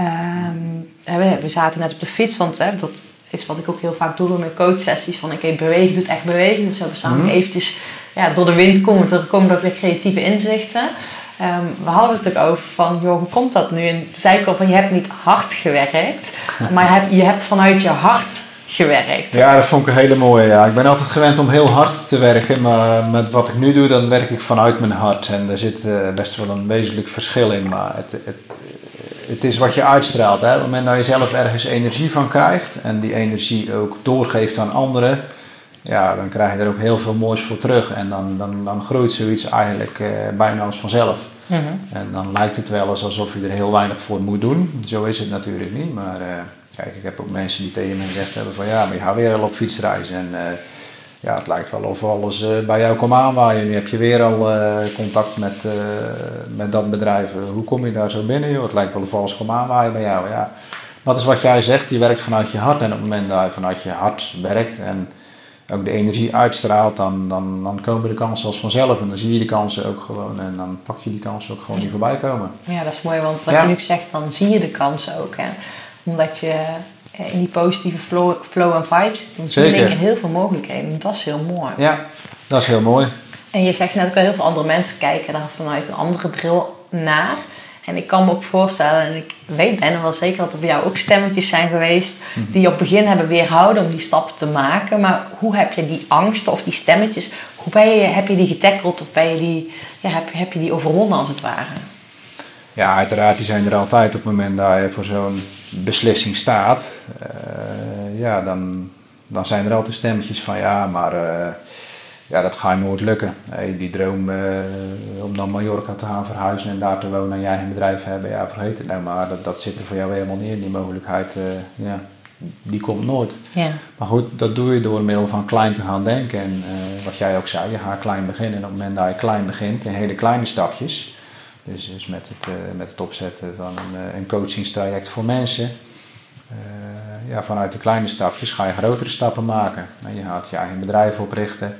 Um, we, we zaten net op de fiets, want hè, dat is wat ik ook heel vaak doe in mijn coachsessies. Van oké, okay, bewegen doet echt bewegen. Dus we samen mm-hmm. eventjes ja, door de wind komen. Er komen ook weer creatieve inzichten. Um, we hadden het ook over van, joh, hoe komt dat nu? En toen zei ik al van, je hebt niet hard gewerkt. Maar je hebt, je hebt vanuit je hart gewerkt. Ja, dat vond ik een hele mooie. Ja. Ik ben altijd gewend om heel hard te werken, maar met wat ik nu doe, dan werk ik vanuit mijn hart. En daar zit uh, best wel een wezenlijk verschil in, maar het, het, het is wat je uitstraalt. Hè? Op het moment dat je zelf ergens energie van krijgt en die energie ook doorgeeft aan anderen, ja, dan krijg je er ook heel veel moois voor terug. En dan, dan, dan groeit zoiets eigenlijk uh, bijna als vanzelf. Mm-hmm. En dan lijkt het wel eens alsof je er heel weinig voor moet doen. Zo is het natuurlijk niet. Maar uh, kijk, ik heb ook mensen die tegen me gezegd hebben van ja, maar je gaat weer al op fietsreis. En uh, ja, het lijkt wel of alles uh, bij jou komt aanwaaien. Nu heb je weer al uh, contact met, uh, met dat bedrijf. Hoe kom je daar zo binnen? Joh? Het lijkt wel of alles komt aanwaaien bij jou. Ja, dat is wat jij zegt. Je werkt vanuit je hart. En op het moment dat je vanuit je hart werkt en ook de energie uitstraalt, dan, dan, dan komen de kansen als vanzelf. En dan zie je de kansen ook gewoon. En dan pak je die kansen ook gewoon niet voorbij komen. Ja, dat is mooi. Want wat ja. je nu zegt, dan zie je de kansen ook. Hè? Omdat je in die positieve flow, flow en vibes zit. Dan zie je denk ik heel veel mogelijkheden. Dat is heel mooi. Ja, dat is heel mooi. En je zegt net ook wel heel veel andere mensen kijken daar vanuit een andere bril naar. En ik kan me ook voorstellen, en ik weet bijna wel zeker dat er bij jou ook stemmetjes zijn geweest mm-hmm. die je op het begin hebben weerhouden om die stappen te maken. Maar hoe heb je die angsten of die stemmetjes, hoe ben je, heb je die getackeld of ben je die, ja, heb, heb je die overwonnen als het ware? Ja, uiteraard, die zijn er altijd op het moment dat je voor zo'n beslissing staat. Uh, ja, dan, dan zijn er altijd stemmetjes van ja, maar uh, ja, dat gaat nooit lukken. Hey, die droom uh, om dan Mallorca te gaan verhuizen en daar te wonen en je eigen bedrijf hebben, ja, vergeet het nou maar. Dat, dat zit er voor jou helemaal niet in, die mogelijkheid, uh, ja, die komt nooit. Ja. Maar goed, dat doe je door middel van klein te gaan denken. En uh, wat jij ook zei, je gaat klein beginnen. En op het moment dat je klein begint, in hele kleine stapjes, dus, dus met, het, uh, met het opzetten van een, uh, een coachingstraject voor mensen, uh, ja, vanuit de kleine stapjes ga je grotere stappen maken. En je gaat je eigen bedrijf oprichten.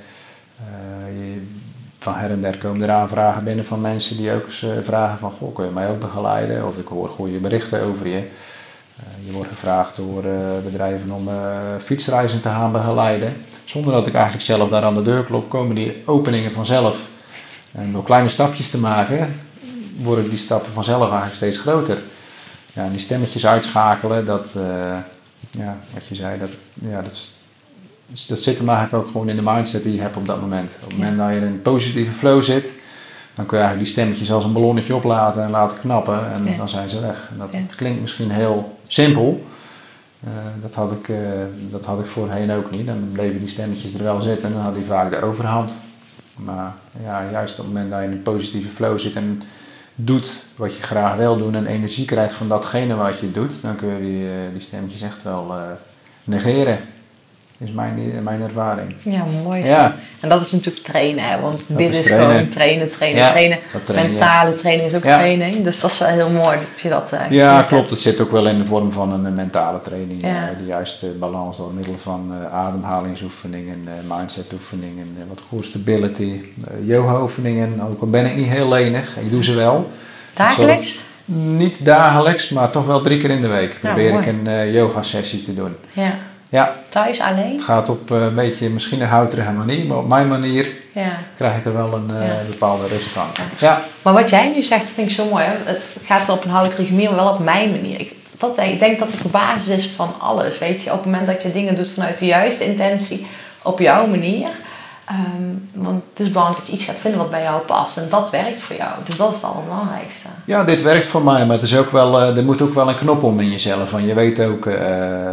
Uh, je, van her en der komen er aanvragen binnen van mensen die ook eens uh, vragen van, goh, kun je mij ook begeleiden? Of ik hoor goede berichten over je. Uh, je wordt gevraagd door uh, bedrijven om uh, fietsreizen te gaan begeleiden. Zonder dat ik eigenlijk zelf daar aan de deur klop, komen die openingen vanzelf. En door kleine stapjes te maken, worden die stappen vanzelf eigenlijk steeds groter. Ja, en die stemmetjes uitschakelen, dat, uh, ja, wat je zei, dat, ja, dat is... Dus dat zit hem eigenlijk ook gewoon in de mindset die je hebt op dat moment. Op het moment dat je in een positieve flow zit, dan kun je eigenlijk die stemmetjes als een ballonnetje oplaten en laten knappen en ja. dan zijn ze weg. En dat, ja. dat klinkt misschien heel simpel. Uh, dat, had ik, uh, dat had ik voorheen ook niet. Dan bleven die stemmetjes er wel zitten en dan had die vaak de overhand. Maar ja, juist op het moment dat je in een positieve flow zit en doet wat je graag wil doen en energie krijgt van datgene wat je doet, dan kun je die, uh, die stemmetjes echt wel uh, negeren. Dat is mijn, mijn ervaring. Ja, mooi. Ja. En dat is natuurlijk trainen, hè? Want dat dit is, is trainen. Gewoon trainen, trainen, ja, trainen. trainen. Mentale ja. training is ook ja. training. Dus dat is wel heel mooi dat je dat... Uh, ja, klopt. Het zit ook wel in de vorm van een, een mentale training. Ja. Uh, de juiste balans door middel van uh, ademhalingsoefeningen, uh, mindsetoefeningen, uh, wat core stability, uh, yoga-oefeningen. Ook al ben ik niet heel lenig, ik doe ze wel. Dagelijks? Niet dagelijks, maar toch wel drie keer in de week probeer ja, ik een uh, yoga-sessie te doen. Ja. Ja. Thuis alleen? Het gaat op uh, een beetje misschien een houterige manier, maar op mijn manier ja. krijg ik er wel een uh, ja. bepaalde rust van. Ja. Ja. Maar wat jij nu zegt vind ik zo mooi. Hè? Het gaat op een houterige manier, maar wel op mijn manier. Ik, dat, ik denk dat het de basis is van alles. Weet je, op het moment dat je dingen doet vanuit de juiste intentie, op jouw manier. Um, want het is belangrijk dat je iets gaat vinden wat bij jou past. En dat werkt voor jou. Dus dat is het allerbelangrijkste. Ja, dit werkt voor mij. Maar het is ook wel, uh, er moet ook wel een knop om in jezelf. Want je weet ook, uh,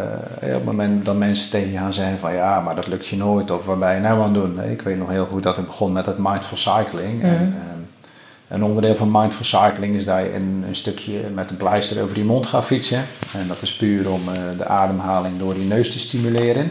op het moment dat mensen tegen je gaan zeggen van ja, maar dat lukt je nooit. Of wat ben je nou aan het doen? Ik weet nog heel goed dat het begon met het mindful cycling. Mm. En, um, een onderdeel van mindful cycling is dat je een, een stukje met een pleister over je mond gaat fietsen. En dat is puur om uh, de ademhaling door je neus te stimuleren.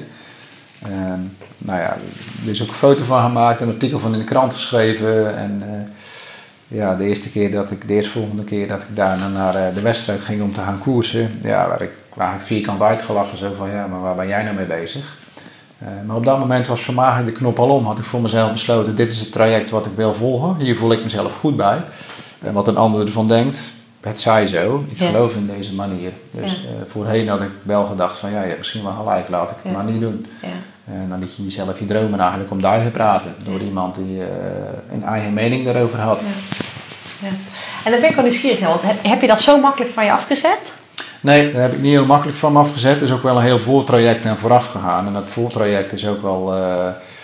Um, nou ja, er is ook een foto van gemaakt, een artikel van in de krant geschreven. En uh, ja, de eerste keer dat ik, de eerstvolgende keer dat ik daarna naar uh, de wedstrijd ging om te gaan koersen, ja, waar ik eigenlijk vierkant uitgelachen, zo van ja, maar waar ben jij nou mee bezig? Uh, maar op dat moment was voor mij de knop al om, had ik voor mezelf besloten, dit is het traject wat ik wil volgen, hier voel ik mezelf goed bij. En wat een ander ervan denkt, het zij zo, ik ja. geloof in deze manier. Dus ja. uh, voorheen had ik wel gedacht van ja, je hebt misschien wel gelijk, laat ik het ja. maar niet doen. Ja. En dan liet je jezelf je dromen eigenlijk om duigen praten. Door ja. iemand die uh, een eigen mening daarover had. Ja. Ja. En dan ben ik wel nieuwsgierig, want heb, heb je dat zo makkelijk van je afgezet? Nee, dat heb ik niet heel makkelijk van me afgezet. Er is ook wel een heel voortraject aan vooraf gegaan. En dat voortraject is ook wel uh,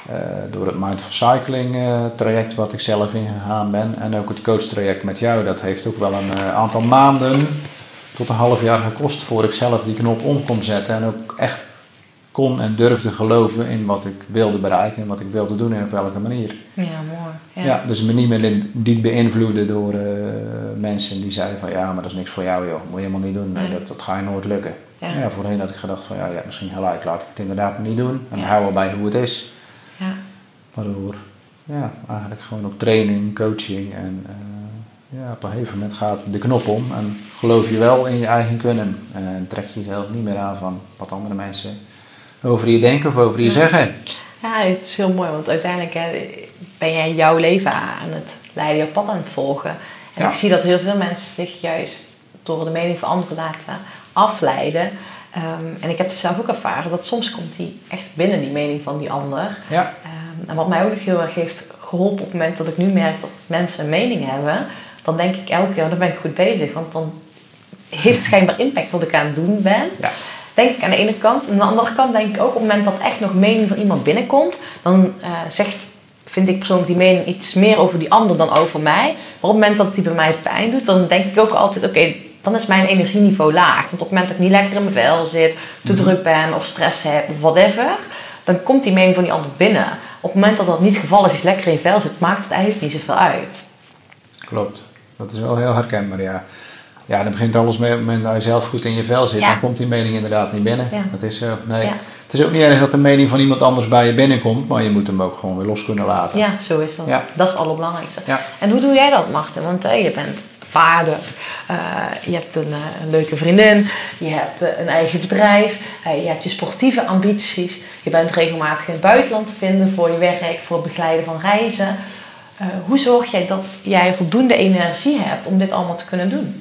Uh, door het Mindful Cycling uh, traject wat ik zelf ingegaan ben. En ook het coach traject met jou. Dat heeft ook wel een uh, aantal maanden tot een half jaar gekost voor ik zelf die knop om kon zetten. En ook echt kon en durfde geloven in wat ik wilde bereiken en wat ik wilde doen en op welke manier. Ja, mooi. Ja, ja dus me niet meer in, niet beïnvloeden door uh, mensen die zeiden van ja, maar dat is niks voor jou joh, moet je helemaal niet doen. Nee, dat, dat ga je nooit lukken. Ja. Ja, voorheen had ik gedacht van ja, ja, misschien gelijk, laat ik het inderdaad niet doen. En ja. hou erbij hoe het is. Ja. Waardoor ja, eigenlijk gewoon op training, coaching en uh, ja, op een gegeven moment gaat de knop om en geloof je wel in je eigen kunnen. En trek je jezelf niet meer aan van wat andere mensen over je denken of over je ja. zeggen. Ja, het is heel mooi, want uiteindelijk hè, ben jij jouw leven aan het leiden, jouw pad aan het volgen. En ja. ik zie dat heel veel mensen zich juist door de mening van anderen laten afleiden. Um, en ik heb het zelf ook ervaren dat soms komt die echt binnen die mening van die ander. Ja. Um, en wat mij ook nog heel erg heeft geholpen op het moment dat ik nu merk dat mensen een mening hebben, dan denk ik elke keer, dan ben ik goed bezig. Want dan heeft het schijnbaar impact wat ik aan het doen ben. Ja. Denk ik aan de ene kant. En aan de andere kant denk ik ook op het moment dat echt nog mening van iemand binnenkomt, dan uh, zegt, vind ik persoonlijk die mening iets meer over die ander dan over mij. Maar op het moment dat die bij mij pijn doet, dan denk ik ook altijd, oké, okay, dan is mijn energieniveau laag. Want op het moment dat ik niet lekker in mijn vel zit, te mm-hmm. druk ben of stress heb of whatever, dan komt die mening van die ander binnen. Op het moment dat dat niet het geval is, als je lekker in je vel zit, maakt het eigenlijk niet zoveel uit. Klopt. Dat is wel heel herkenbaar, ja. Ja, dan begint alles mee op het moment dat je zelf goed in je vel zit. Ja. Dan komt die mening inderdaad niet binnen. Ja. Dat is zo. Nee. Ja. Het is ook niet erg dat de mening van iemand anders bij je binnenkomt, maar je moet hem ook gewoon weer los kunnen laten. Ja, zo is dat. Ja. Dat is het allerbelangrijkste. Ja. En hoe doe jij dat, Martin? Want uh, je bent vader, uh, je hebt een, uh, een leuke vriendin, je hebt uh, een eigen bedrijf, uh, je hebt je sportieve ambities, je bent regelmatig in het buitenland te vinden voor je werk, voor het begeleiden van reizen. Uh, hoe zorg jij dat jij voldoende energie hebt om dit allemaal te kunnen doen?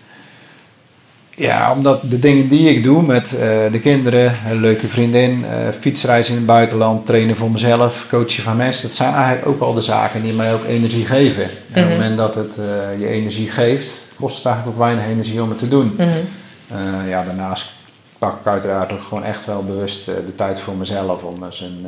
Ja, omdat de dingen die ik doe met uh, de kinderen, een leuke vriendin, uh, fietsreizen in het buitenland, trainen voor mezelf, coachen van mensen. Dat zijn eigenlijk ook al de zaken die mij ook energie geven. En mm-hmm. op het moment dat het uh, je energie geeft, kost het eigenlijk ook weinig energie om het te doen. Mm-hmm. Uh, ja, daarnaast pak ik uiteraard ook gewoon echt wel bewust uh, de tijd voor mezelf om eens een,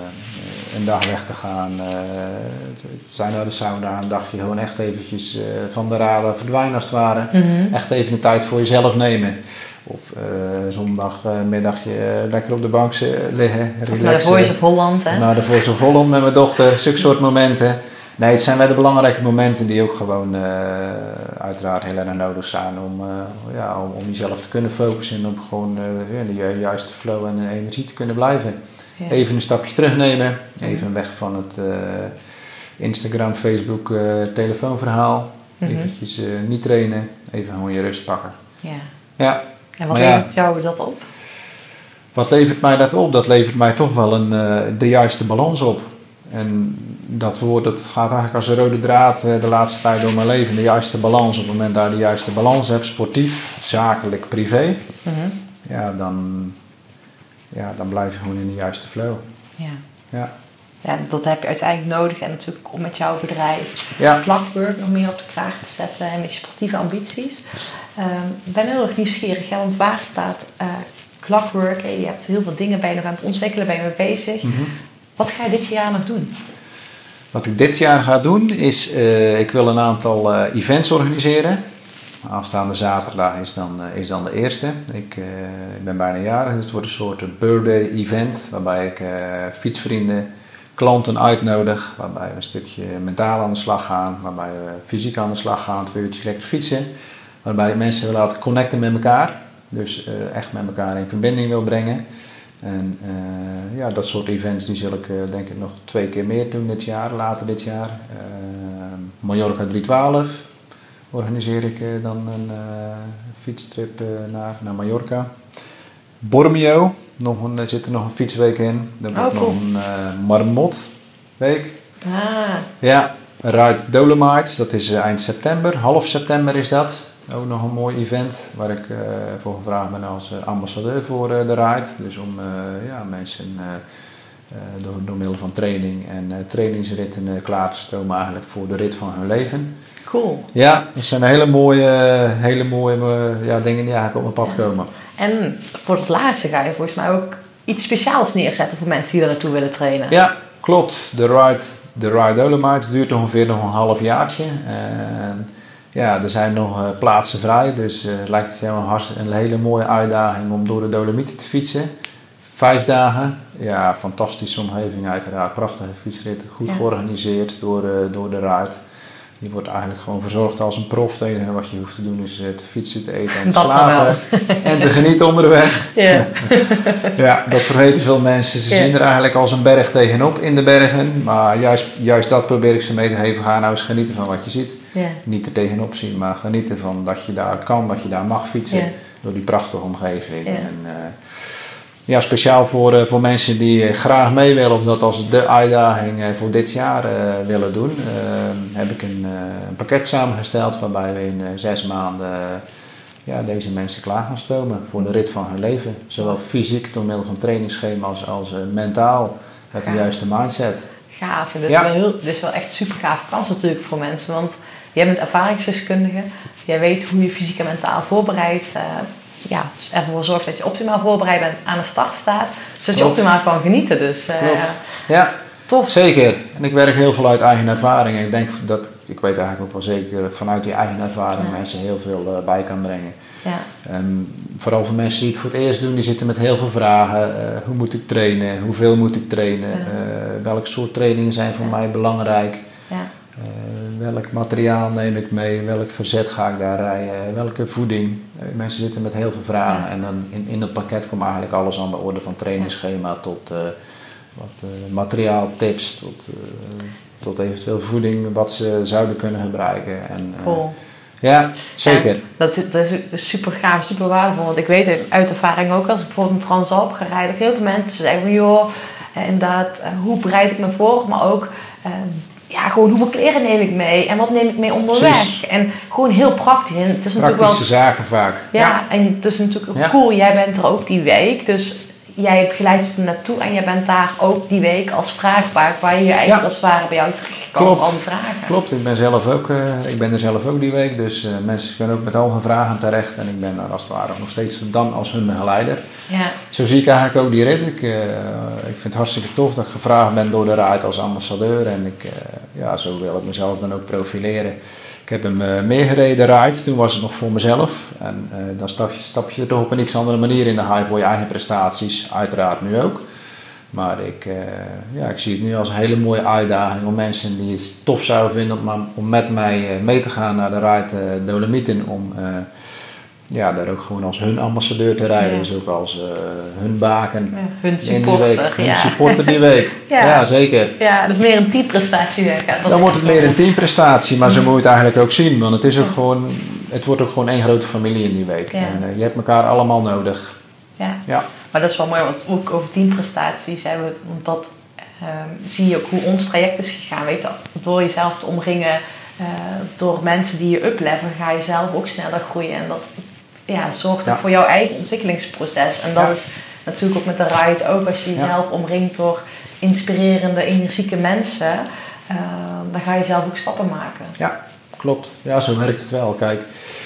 uh, een dag weg te gaan. Uh, het, het zijn naar de sauna, een dagje gewoon echt eventjes uh, van de radar verdwijnen als het ware. Mm-hmm. Echt even de tijd voor jezelf nemen. Of uh, zondagmiddagje uh, lekker op de bank uh, liggen. Of naar de Voice of Holland. Hè? Naar de Voice of Holland met mijn dochter, zulke soort momenten. Nee, het zijn wel de belangrijke momenten die ook gewoon uh, uiteraard heel erg nodig zijn om, uh, ja, om, om jezelf te kunnen focussen en om gewoon uh, in de juiste flow en energie te kunnen blijven. Ja. Even een stapje terugnemen, even weg van het uh, Instagram, Facebook, uh, telefoonverhaal. Mm-hmm. Eventjes uh, niet trainen, even gewoon je rust pakken. Ja. Ja. En wat levert ja, jou dat op? Wat levert mij dat op? Dat levert mij toch wel een, uh, de juiste balans op. En dat woord, dat gaat eigenlijk als een rode draad de laatste tijd door mijn leven. De juiste balans. Op het moment dat je de juiste balans hebt, sportief, zakelijk, privé. Mm-hmm. Ja, dan, ja, dan blijf je gewoon in de juiste flow. Ja. Ja. Ja, dat heb je uiteindelijk nodig. En natuurlijk om met jouw bedrijf ja. Clockwork nog meer op de kraag te zetten. En met je sportieve ambities. Um, ik ben heel erg nieuwsgierig. Hè, want waar staat uh, Clockwork? Hè? Je hebt heel veel dingen bij je nog aan het ontwikkelen. Ben je mee bezig? Mm-hmm. Wat ga je dit jaar nog doen? Wat ik dit jaar ga doen is, uh, ik wil een aantal uh, events organiseren. Aanstaande zaterdag is dan, uh, is dan de eerste. Ik, uh, ik ben bijna jarig, dus het wordt een soort birthday event. Waarbij ik uh, fietsvrienden, klanten uitnodig. Waarbij we een stukje mentaal aan de slag gaan. Waarbij we fysiek aan de slag gaan, twee uurtjes lekker fietsen. Waarbij mensen willen laten connecten met elkaar. Dus uh, echt met elkaar in verbinding wil brengen. En uh, ja, dat soort events die zul ik uh, denk ik nog twee keer meer doen dit jaar, later dit jaar. Uh, Mallorca drie twaalf organiseer ik uh, dan een uh, fietstrip uh, naar, naar Mallorca. Bormio, nog een, er zit er nog een fietsweek in. Dan wordt oh, cool. nog een uh, marmotweek. Ah. Ja, Ride Dolomites, dat is uh, eind september, half september is dat. Ook nog een mooi event waar ik uh, voor gevraagd ben als uh, ambassadeur voor uh, de ride. Dus om uh, ja, mensen uh, uh, door, door middel van training en uh, trainingsritten uh, klaar te stomen eigenlijk voor de rit van hun leven. Cool. Ja, dat zijn hele mooie, hele mooie uh, ja, dingen die eigenlijk op mijn pad komen. En voor het laatste ga je volgens mij ook iets speciaals neerzetten voor mensen die daar naartoe willen trainen. Ja, Klopt, de ride, de ride Dolomites duurt ongeveer nog een half jaartje. En ja, er zijn nog uh, plaatsen vrij, dus uh, lijkt het jou een, hart, een hele mooie uitdaging om door de Dolomieten te fietsen. Vijf dagen, ja, fantastische omgeving uiteraard, prachtige fietsrit, goed ja. georganiseerd door, uh, door de ride. Je wordt eigenlijk gewoon verzorgd als een prof. Het enige wat je hoeft te doen is uh, te fietsen, te eten en te dat slapen. En te genieten onderweg. Ja, ja, dat vergeten veel mensen. Ze ja. zien er eigenlijk als een berg tegenop in de bergen. Maar juist, juist dat probeer ik ze mee te geven. Ga nou eens genieten van wat je ziet. Ja. Niet er tegenop zien, maar genieten van dat je daar kan, dat je daar mag fietsen. Ja. Door die prachtige omgeving. Ja. En, uh, ja, speciaal voor, uh, voor mensen die uh, graag mee willen of dat als de uitdaging uh, voor dit jaar uh, willen doen, uh, heb ik een, uh, een pakket samengesteld waarbij we in uh, zes maanden uh, ja, deze mensen klaar gaan stomen voor de rit van hun leven. Zowel fysiek door middel van trainingsschema als, als uh, mentaal met de juiste mindset. Gaaf, dit is, ja. wel heel, dit is wel echt super gaaf kans natuurlijk voor mensen, want jij bent ervaringsdeskundige, jij weet hoe je fysiek en mentaal voorbereidt. Uh, Ja, dus ervoor zorgt dat je optimaal voorbereid bent aan de start staat. Zodat je Klopt. optimaal kan genieten. Dus, uh, Klopt. Ja, tof. Zeker. En ik werk heel veel uit eigen ervaring. En ik denk dat, ik weet eigenlijk ook wel zeker, vanuit die eigen ervaring ja. mensen heel veel uh, bij kan brengen. Ja. Um, vooral voor mensen die het voor het eerst doen, die zitten met heel veel vragen. Uh, hoe moet ik trainen? Hoeveel moet ik trainen? Ja. Uh, welke soort trainingen zijn voor ja. mij belangrijk? Ja. Uh, welk materiaal neem ik mee? Welk verzet ga ik daar rijden? Welke voeding? Uh, mensen zitten met heel veel vragen. Ja. En dan in, in het pakket komt eigenlijk alles aan de orde. Van trainingsschema ja. tot uh, wat uh, materiaaltips. Tot, uh, tot eventueel voeding wat ze zouden kunnen gebruiken. En, uh, cool. Ja, zeker. Ja, dat, is, dat, is, dat is super gaaf, super waardevol. Want ik weet uit ervaring ook, als ik bijvoorbeeld een Transalp ga rijden, dat heel veel mensen zeggen van joh, inderdaad, uh, hoe bereid ik me voor? Maar ook uh, ja, gewoon hoeveel kleren neem ik mee en wat neem ik mee onderweg? Precies. En gewoon heel praktisch. En het is Praktische wel, zaken vaak. Ja, ja, en het is natuurlijk ja. cool. Jij bent er ook die week, dus jij begeleidt ze naartoe en jij bent daar ook die week als vraagbaak waar je je eigenlijk ja. als het ware bij jou terecht kan om vragen. Klopt, ik ben, zelf ook, uh, ik ben er zelf ook die week, dus uh, mensen kunnen ook met al hun vragen terecht en ik ben daar als het ware nog steeds dan als hun begeleider. Ja. Zo zie ik eigenlijk ook die rit. Ik, uh, ik vind het hartstikke tof dat ik gevraagd ben door de raad als ambassadeur en ik, uh, ja, zo wil ik mezelf dan ook profileren. Ik heb hem uh, meer gereden ride, toen was het nog voor mezelf. En uh, dan stap je, stap je er toch op een iets andere manier in de high voor je eigen prestaties. Uiteraard nu ook. Maar ik, uh, ja, ik zie het nu als een hele mooie uitdaging om mensen die het tof zouden vinden om, om met mij uh, mee te gaan naar de ride uh, Dolomieten. Om uh, ja, daar ook gewoon als hun ambassadeur te rijden. Ja. Dus ook als uh, hun baken ja, hun in die week. Hun ja. supporter die week. ja. ja, zeker. Ja, dat is meer een teamprestatie. Dan wordt het meer een teamprestatie, maar mm. zo moet je het eigenlijk ook zien. Want het, is ook ja. gewoon, het wordt ook gewoon één grote familie in die week. Ja. En uh, je hebt elkaar allemaal nodig. Ja. ja, maar dat is wel mooi, want ook over teamprestaties hebben we het, want dat um, zie je ook hoe ons traject is gegaan. Weet je, door jezelf te omringen, uh, door mensen die je uplevelen, ga je zelf ook sneller groeien. En dat ja, zorgt ja. voor jouw eigen ontwikkelingsproces. En dat ja. is natuurlijk ook met de ride ook. Als je jezelf ja. omringt door inspirerende, energieke mensen, uh, dan ga je zelf ook stappen maken. Ja, klopt. Ja, zo werkt het wel. Kijk,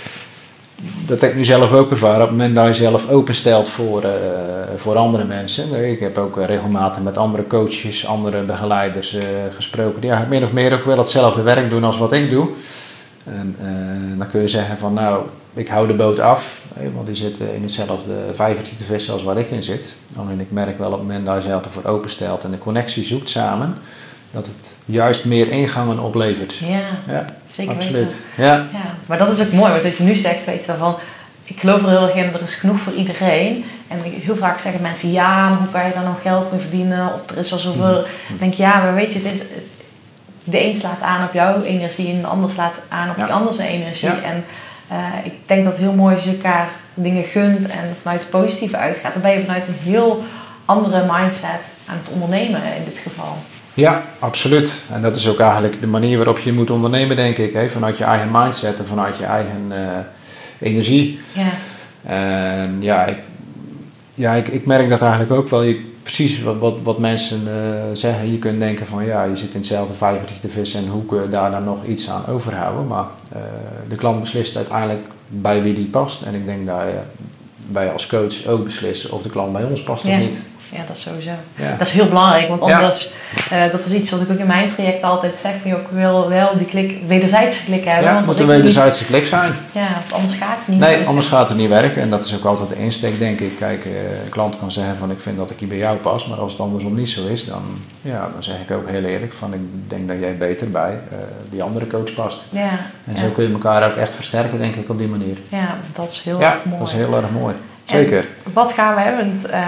dat heb ik nu zelf ook ervaren. Op het moment dat je zelf openstelt voor, uh, voor andere mensen. Ik heb ook uh, regelmatig met andere coaches, andere begeleiders uh, gesproken. Die ja, min of meer ook wel hetzelfde werk doen als wat ik doe. En uh, dan kun je zeggen van nou, ik hou de boot af. Want die zitten in hetzelfde vijvertje te vissen als waar ik in zit. Alleen ik merk wel op het moment dat je zelf ervoor openstelt en de connectie zoekt samen, dat het juist meer ingangen oplevert. Ja, ja zeker absoluut. weten. Ja. Ja, maar dat is ook mooi, want wat je nu zegt, weet je van, ik geloof er heel erg in, er is genoeg voor iedereen. En heel vaak zeggen mensen, ja, maar hoe kan je daar nog geld mee verdienen? Of er is al zoveel. Mm. Ik denk, ja, maar weet je, het is, de een slaat aan op jouw energie en de ander slaat aan op ja. die andere energie. Ja. En uh, ik denk dat het heel mooi is als je elkaar dingen gunt en vanuit het positieve uitgaat. Dan ben je vanuit een heel andere mindset aan het ondernemen in dit geval. Ja, absoluut. En dat is ook eigenlijk de manier waarop je moet ondernemen, denk ik. Hè? Vanuit je eigen mindset en vanuit je eigen uh, energie. Ja. En ja, ik, ja ik, ik merk dat eigenlijk ook wel. Je, precies wat, wat, wat mensen uh, zeggen. Je kunt denken van ja, je zit in hetzelfde vijvertje te vissen en hoe kun je daar dan nog iets aan overhouden. Maar uh, de klant beslist uiteindelijk bij wie die past. En ik denk dat uh, wij als coach ook beslissen of de klant bij ons past ja. of niet. Ja, dat is sowieso. Ja. Dat is heel belangrijk, want anders, ja. uh, dat is iets wat ik ook in mijn traject altijd zeg, van joh, ik wil wel die klik, wederzijdse klik hebben. Ja, want het moet een wederzijdse klik zijn. Ja, anders gaat het niet. Nee, werken. anders gaat het niet werken en dat is ook altijd de insteek, denk ik. Kijk, uh, een klant kan zeggen van ik vind dat ik hier bij jou pas, maar als het andersom niet zo is, dan, ja, dan zeg ik ook heel eerlijk van ik denk dat jij beter bij uh, die andere coach past. Ja, en ja. zo kun je elkaar ook echt versterken, denk ik, op die manier. Ja, dat is heel ja, erg mooi. dat is heel erg mooi. Zeker. En wat gaan we hebben? Uh,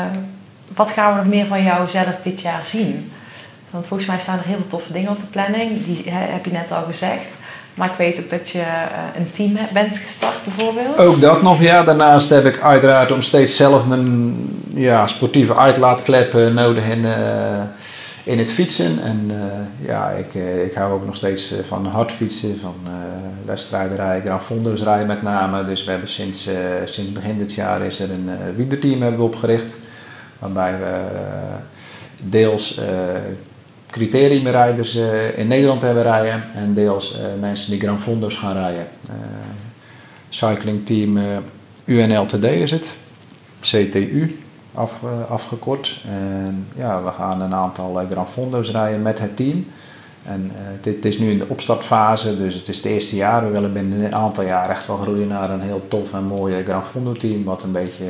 wat gaan we nog meer van jou zelf dit jaar zien? Want volgens mij staan er heel veel toffe dingen op de planning. Die he, heb je net al gezegd. Maar ik weet ook dat je uh, een team bent gestart bijvoorbeeld. Ook dat nog, ja. Daarnaast heb ik uiteraard om steeds zelf mijn ja, sportieve uitlaatklep uh, nodig in, uh, in het fietsen. En uh, ja, ik, uh, ik hou ook nog steeds uh, van hard fietsen, van uh, wedstrijden rijden, Gran Fondo's rijden met name. Dus we hebben sinds, uh, sinds begin dit jaar is er een uh, wielerteam hebben we opgericht. Waarbij we uh, deels uh, criteriumrijders uh, in Nederland hebben rijden en deels uh, mensen die Gran Fondo's gaan rijden. Uh, cyclingteam uh, U N L T D is het, C T U af, uh, afgekort. En ja, we gaan een aantal uh, Gran Fondo's rijden met het team. En uh, dit is nu in de opstartfase, dus het is het eerste jaar. We willen binnen een aantal jaar echt wel groeien naar een heel tof en mooi Gran Fondo team, wat een beetje... Uh,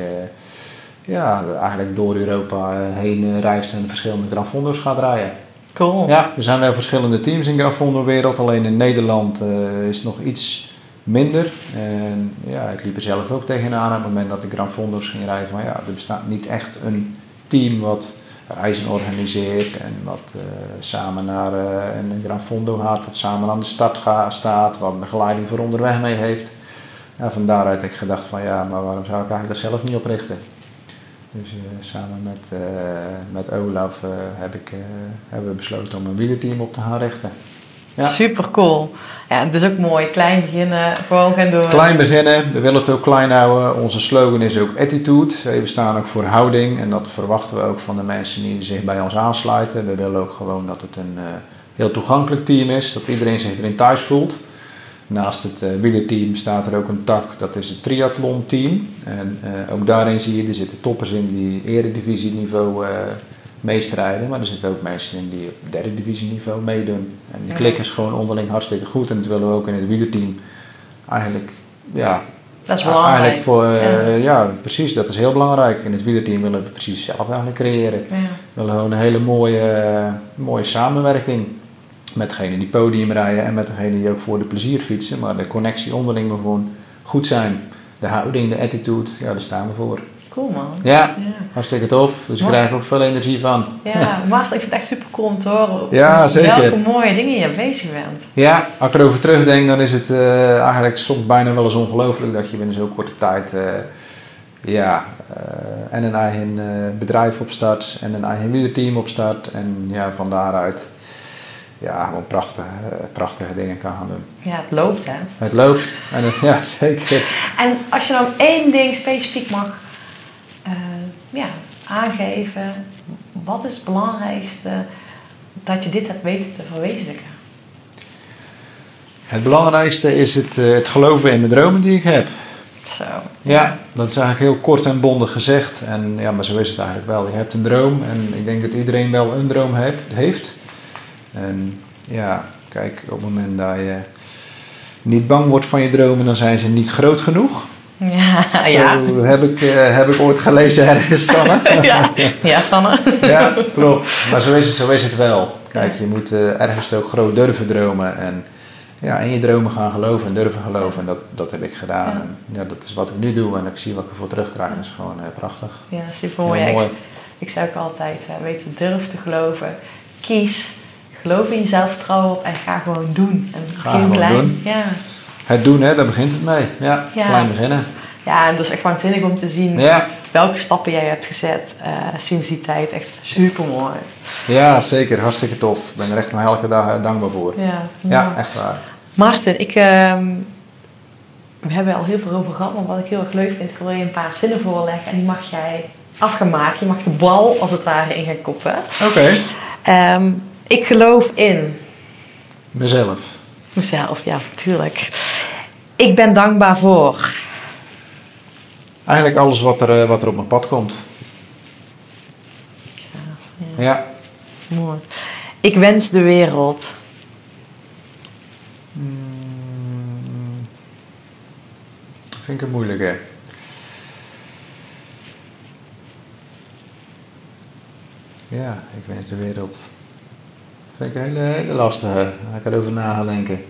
Ja, eigenlijk door Europa heen reist en verschillende Gran Fondo's gaat rijden. Cool. Ja, er zijn wel verschillende teams in Gran Fondo wereld. Alleen in Nederland uh, is het nog iets minder. En ja, ik liep er zelf ook tegenaan op het moment dat ik Gran Fondo's ging rijden. Van ja, er bestaat niet echt een team wat reizen organiseert en wat uh, samen naar uh, een Gran Fondo gaat, wat samen aan de start gaat, staat, wat begeleiding voor onderweg mee heeft. Ja, van daaruit heb ik gedacht van ja, maar waarom zou ik eigenlijk dat zelf niet oprichten? Dus uh, samen met, uh, met Olaf uh, heb ik, uh, hebben we besloten om een wielerteam op te gaan richten. Ja. Super cool. Ja, het is ook mooi. Klein beginnen, gewoon gaan doen. Klein beginnen, we willen het ook klein houden. Onze slogan is ook attitude. We staan ook voor houding en dat verwachten we ook van de mensen die zich bij ons aansluiten. We willen ook gewoon dat het een uh, heel toegankelijk team is, dat iedereen zich erin thuis voelt. Naast het uh, wielerteam staat er ook een tak, dat is het triathlon team. En uh, ook daarin zie je, er zitten toppers in die eredivisieniveau uh, meestrijden. Maar er zitten ook mensen in die op derde divisieniveau meedoen. En die klik is gewoon onderling hartstikke goed. En dat willen we ook in het wielerteam eigenlijk, ja... Dat is belangrijk. Eigenlijk voor, uh, ja. ja, precies, dat is heel belangrijk. In het wielerteam willen we precies zelf eigenlijk creëren. Ja. We willen gewoon een hele mooie, uh, mooie samenwerking. Met degene die podium rijden en met degene die ook voor de plezier fietsen. Maar de connectie onderling moet gewoon goed zijn. De houding, de attitude, ja, daar staan we voor. Cool man. Ja, ja. hartstikke tof. Dus ik krijg er ook veel energie van. Ja, Maarten, ik vind het echt super cool om te horen. Ja, zeker. Welke mooie dingen je bezig bent. Ja, als ik erover terugdenk, dan is het uh, eigenlijk soms bijna wel eens ongelooflijk dat je binnen zo'n korte tijd... Uh, ja, uh, en een eigen uh, bedrijf opstart en een eigen wielerteam opstart. En ja, van daaruit... Ja, gewoon prachtige, prachtige dingen kan gaan doen. Ja, het loopt hè? Het loopt, en het, ja zeker. En als je nou één ding specifiek mag uh, ja, aangeven, wat is het belangrijkste dat je dit hebt weten te verwezenlijken? Het belangrijkste is het, uh, het geloven in mijn dromen die ik heb. Zo. Ja, ja, dat is eigenlijk heel kort en bondig gezegd. En ja, maar zo is het eigenlijk wel. Je hebt een droom en ik denk dat iedereen wel een droom heb, heeft. En ja, kijk, op het moment dat je niet bang wordt van je dromen, dan zijn ze niet groot genoeg. Ja, Zo ja. heb ik, uh, heb ik ooit gelezen ergens, Sanne. ja. ja, Sanne. Ja, klopt. Maar zo is het, zo is het wel. Kijk, je moet uh, ergens ook groot durven dromen en ja, in je dromen gaan geloven en durven geloven. En dat, dat heb ik gedaan. Ja. En ja, dat is wat ik nu doe en ik zie wat ik ervoor terugkrijg. Dat is gewoon uh, prachtig. Ja, super mooi. Ja, ik, ik zei ook altijd, uh, weet je, durf te geloven. Kies. Geloof in jezelf, vertrouw op en ga gewoon doen. En ga gewoon klein. doen. Ja. Het doen, hè, daar begint het mee. Ja, ja, klein beginnen. Ja, en dat is echt waanzinnig om te zien ja. welke stappen jij hebt gezet uh, sinds die tijd. Echt super mooi. Ja, zeker. Hartstikke tof. Ik ben er echt nog elke dag dankbaar voor. Ja, ja echt waar. Maarten, ik, uh, we hebben al heel veel over gehad, maar wat ik heel erg leuk vind, ik wil je een paar zinnen voorleggen en die mag jij af gaan maken. Je mag de bal als het ware in gaan koppen. Oké. Okay. Um, Ik geloof in... Mezelf. Mezelf, ja, natuurlijk. Ik ben dankbaar voor... Eigenlijk alles wat er, wat er op mijn pad komt. Ja. Mooi. Ik wens de wereld. Hmm. Vind ik een moeilijke. Ja, ik wens de wereld. Dat vind ik een hele, hele lastige. Daar ga ik erover na gaan denken.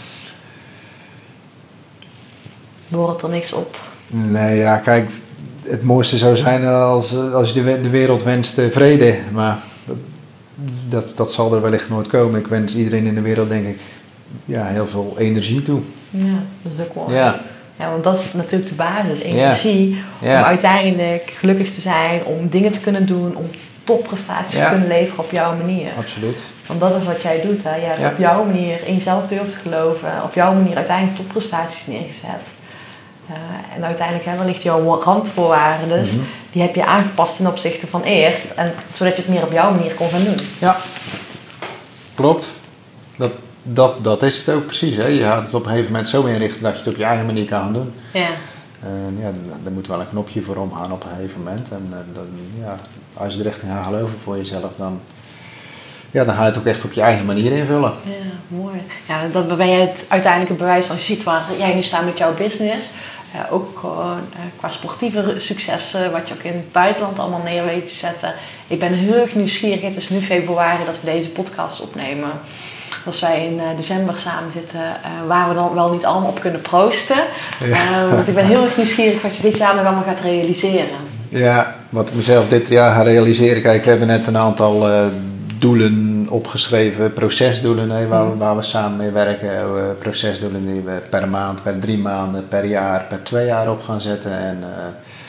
Borrelt er niks op? Nee, ja, kijk, het mooiste zou zijn als, als je de, de wereld wenst uh, vrede. Maar dat, dat, dat zal er wellicht nooit komen. Ik wens iedereen in de wereld, denk ik, ja, heel veel energie toe. Ja, dat is ook mooi. Ja. Ja, want dat is natuurlijk de basis. Energie. Ja. Om uiteindelijk gelukkig te zijn. Om dingen te kunnen doen. Om topprestaties ja. te kunnen leveren op jouw manier. Absoluut. Want dat is wat jij doet. Hè? Je hebt ja. op jouw manier in jezelf durft te geloven. Op jouw manier uiteindelijk topprestaties neergezet. Uh, en uiteindelijk hè, wellicht jouw randvoorwaarden. Dus mm-hmm. die heb je aangepast ten opzichte van eerst. En, zodat je het meer op jouw manier kon gaan doen. Ja, klopt. Dat, dat, dat is het ook precies. Hè? Je gaat het op een gegeven moment zo inrichten dat je het op je eigen manier kan gaan doen. Ja. En ja, daar moet wel een knopje voor omgaan op een gegeven moment. En uh, dan, ja, als je er echt in gaat geloven voor jezelf, dan, ja, dan ga je het ook echt op je eigen manier invullen. Ja, mooi. Ja, dat ben je het uiteindelijk een bewijs van. Je ziet waar jij nu staat met jouw business. Uh, ook gewoon uh, qua sportieve successen, wat je ook in het buitenland allemaal neer weet te zetten. Ik ben heel erg nieuwsgierig. Het is nu februari dat we deze podcast opnemen. Als wij in uh, december samen zitten, uh, waar we dan wel niet allemaal op kunnen proosten. Ja. Uh, want ik ben heel erg nieuwsgierig wat je dit jaar nog allemaal gaat realiseren. Ja, wat ik mezelf dit jaar ga realiseren. Kijk, we hebben net een aantal uh, doelen opgeschreven, procesdoelen hè, waar, we, waar we samen mee werken. Uh, procesdoelen die we per maand, per drie maanden, per jaar, per twee jaar op gaan zetten. En uh,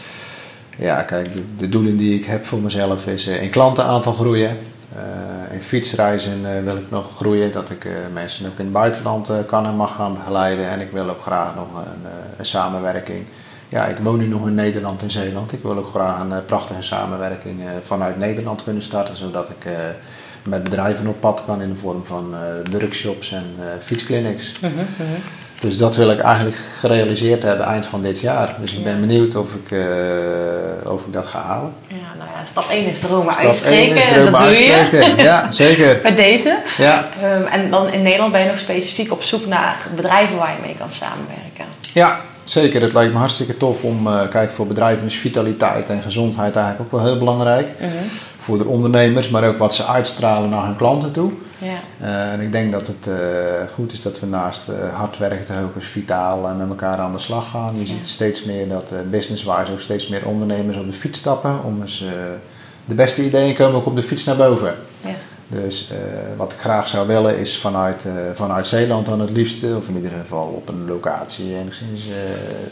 ja, kijk, de, de doelen die ik heb voor mezelf is uh, in klantenaantal groeien. Uh, in fietsreizen uh, wil ik nog groeien, dat ik uh, mensen ook in het buitenland uh, kan en mag gaan begeleiden. En ik wil ook graag nog een, uh, een samenwerking. Ja, ik woon nu nog in Nederland en Zeeland. Ik wil ook graag een uh, prachtige samenwerking uh, vanuit Nederland kunnen starten, zodat ik uh, met bedrijven op pad kan in de vorm van uh, workshops en uh, fietsclinics. Uh-huh, uh-huh. Dus dat wil ik eigenlijk gerealiseerd hebben eind van dit jaar. Dus ik ben ja. benieuwd of ik, uh, of ik dat ga halen. Ja, nou ja, stap één is dromen stap uitspreken. Is dromen dat uitspreken. doe je. Ja, zeker. Bij deze. Ja. Um, en dan in Nederland ben je nog specifiek op zoek naar bedrijven waar je mee kan samenwerken. Ja, zeker. Het lijkt me hartstikke tof om, uh, kijk, voor bedrijven is vitaliteit en gezondheid eigenlijk ook wel heel belangrijk. Uh-huh. Voor de ondernemers, maar ook wat ze uitstralen naar hun klanten toe. Ja. Uh, en ik denk dat het uh, goed is dat we naast uh, hard werken ook eens vitaal en met elkaar aan de slag gaan. Je ja. ziet steeds meer dat uh, business-wise ook steeds meer ondernemers op de fiets stappen. Om eens, uh, de beste ideeën komen ook op de fiets naar boven. Ja. Dus uh, wat ik graag zou willen is vanuit, uh, vanuit Zeeland dan het liefste, of in ieder geval op een locatie enigszins uh,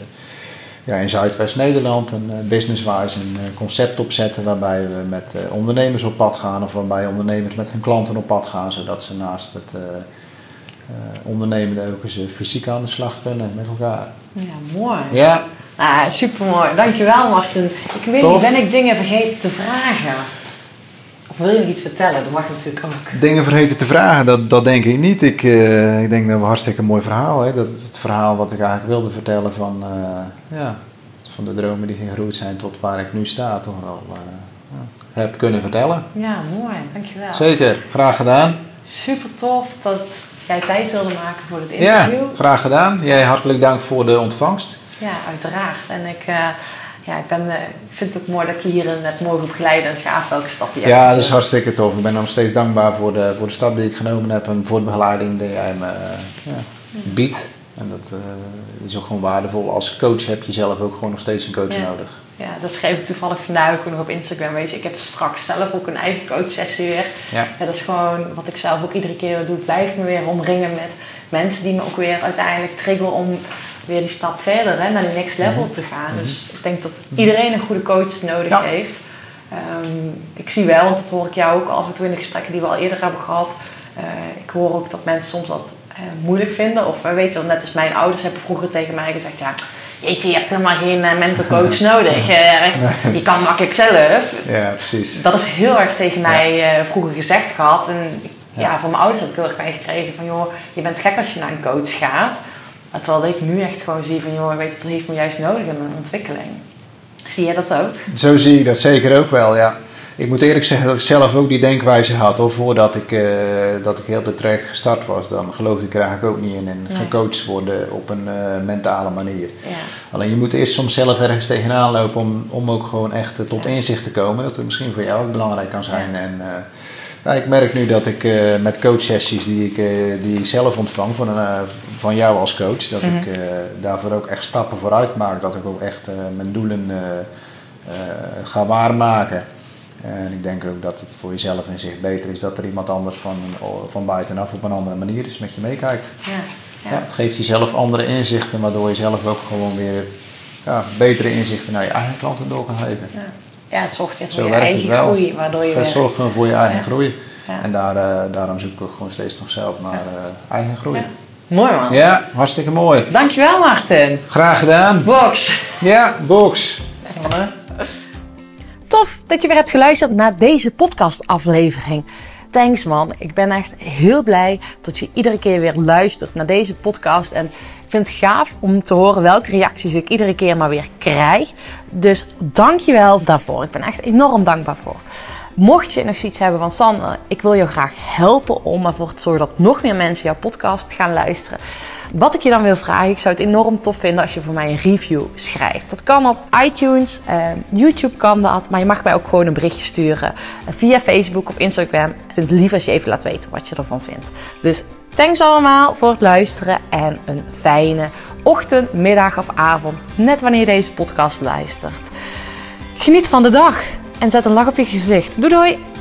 ja, in Zuidwest-Nederland een uh, business-wise een uh, concept opzetten waarbij we met uh, ondernemers op pad gaan of waarbij ondernemers met hun klanten op pad gaan, zodat ze naast het uh, uh, ondernemen ook eens uh, fysiek aan de slag kunnen met elkaar. Ja, mooi. Ja. Ah, supermooi. Dankjewel, Martin. Ik weet niet, ben ik dingen vergeten te vragen? Of wil je nog iets vertellen? Dat mag natuurlijk ook. Dingen vergeten te vragen, dat, dat denk ik niet. Ik, uh, ik denk dat we een hartstikke mooi verhaal. Hè? Dat is het verhaal wat ik eigenlijk wilde vertellen van, uh, ja, van de dromen die gegroeid zijn tot waar ik nu sta. Toch wel uh, ja, heb kunnen vertellen. Ja, mooi. Dankjewel. Zeker. Graag gedaan. Super tof dat jij tijd wilde maken voor het interview. Ja, graag gedaan. Jij hartelijk dank voor de ontvangst. Ja, uiteraard. En ik... Uh, Ja, ik, ben, uh, ik vind het ook mooi dat ik je hier net mogen begeleiden en gaaf welke stap je hebt. Ja, dat is hartstikke tof. Ik ben nog steeds dankbaar voor de, voor de stap die ik genomen heb en voor de begeleiding die jij me uh, ja, biedt. En dat uh, is ook gewoon waardevol. Als coach heb je zelf ook gewoon nog steeds een coach ja. nodig. Ja, dat schreef ik toevallig vandaag ook nog op Instagram. Weet je, ik heb straks zelf ook een eigen coachsessie weer. Ja. Ja, dat is gewoon wat ik zelf ook iedere keer doe. Ik blijf me weer omringen met mensen die me ook weer uiteindelijk triggeren om weer die stap verder, hè, naar de next level mm-hmm. te gaan. Mm-hmm. Dus ik denk dat iedereen een goede coach nodig ja. heeft. Um, ik zie wel, want dat hoor ik jou ook af en toe in de gesprekken die we al eerder hebben gehad. Uh, ik hoor ook dat mensen soms dat uh, moeilijk vinden. Of uh, weet je wel, net als mijn ouders hebben vroeger tegen mij gezegd, ja, jeetje, je hebt helemaal geen uh, mental coach nodig. Uh, je kan makkelijk zelf. Ja, precies. Dat is heel erg tegen mij uh, vroeger gezegd gehad. En ja, ja, van mijn ouders heb ik heel erg meegekregen van, joh, je bent gek als je naar een coach gaat. Terwijl ik nu echt gewoon zie van, joh, weet je, dat heeft me juist nodig in mijn ontwikkeling. Zie jij dat ook? Zo zie ik dat zeker ook wel, ja. Ik moet eerlijk zeggen dat ik zelf ook die denkwijze had. Of voordat ik, uh, dat ik heel de traject gestart was, dan geloofde ik er eigenlijk ook niet in. En nee. gecoacht worden op een uh, mentale manier. Ja. Alleen je moet eerst soms zelf ergens tegenaan lopen om, om ook gewoon echt uh, tot inzicht te komen. Dat het misschien voor jou ook belangrijk kan zijn. Ja. En, uh, ja, ik merk nu dat ik uh, met coachsessies die ik, uh, die ik zelf ontvang van, een, uh, van jou als coach. Dat mm-hmm. ik uh, daarvoor ook echt stappen vooruit maak. Dat ik ook echt uh, mijn doelen uh, uh, ga waarmaken. En ik denk ook dat het voor jezelf in zich beter is dat er iemand anders van, van buitenaf op een andere manier dus met je meekijkt. Ja, ja. Ja, het geeft jezelf andere inzichten, waardoor je zelf ook gewoon weer ja, betere inzichten naar je eigen klanten door kan geven. Ja, ja het zorgt voor je eigen groei. Waardoor je het zorgt gewoon voor je eigen ja. groei. Ja. En daar, uh, daarom zoek ik gewoon steeds nog zelf naar uh, eigen groei. Ja. Mooi man. Ja, hartstikke mooi. Dankjewel Maarten. Graag gedaan. Box. Ja, box. Ja. Tof dat je weer hebt geluisterd naar deze podcastaflevering. Thanks man, ik ben echt heel blij dat je iedere keer weer luistert naar deze podcast. En ik vind het gaaf om te horen welke reacties ik iedere keer maar weer krijg. Dus dank je wel daarvoor. Ik ben echt enorm dankbaar voor. Mocht je nog zoiets hebben van Sanne, ik wil jou graag helpen om ervoor te zorgen dat nog meer mensen jouw podcast gaan luisteren. Wat ik je dan wil vragen, ik zou het enorm tof vinden als je voor mij een review schrijft. Dat kan op iTunes, uh, YouTube kan dat, maar je mag mij ook gewoon een berichtje sturen uh, via Facebook of Instagram. Ik vind het lief als je even laat weten wat je ervan vindt. Dus thanks allemaal voor het luisteren en een fijne ochtend, middag of avond, net wanneer je deze podcast luistert. Geniet van de dag en zet een lach op je gezicht. Doei doei!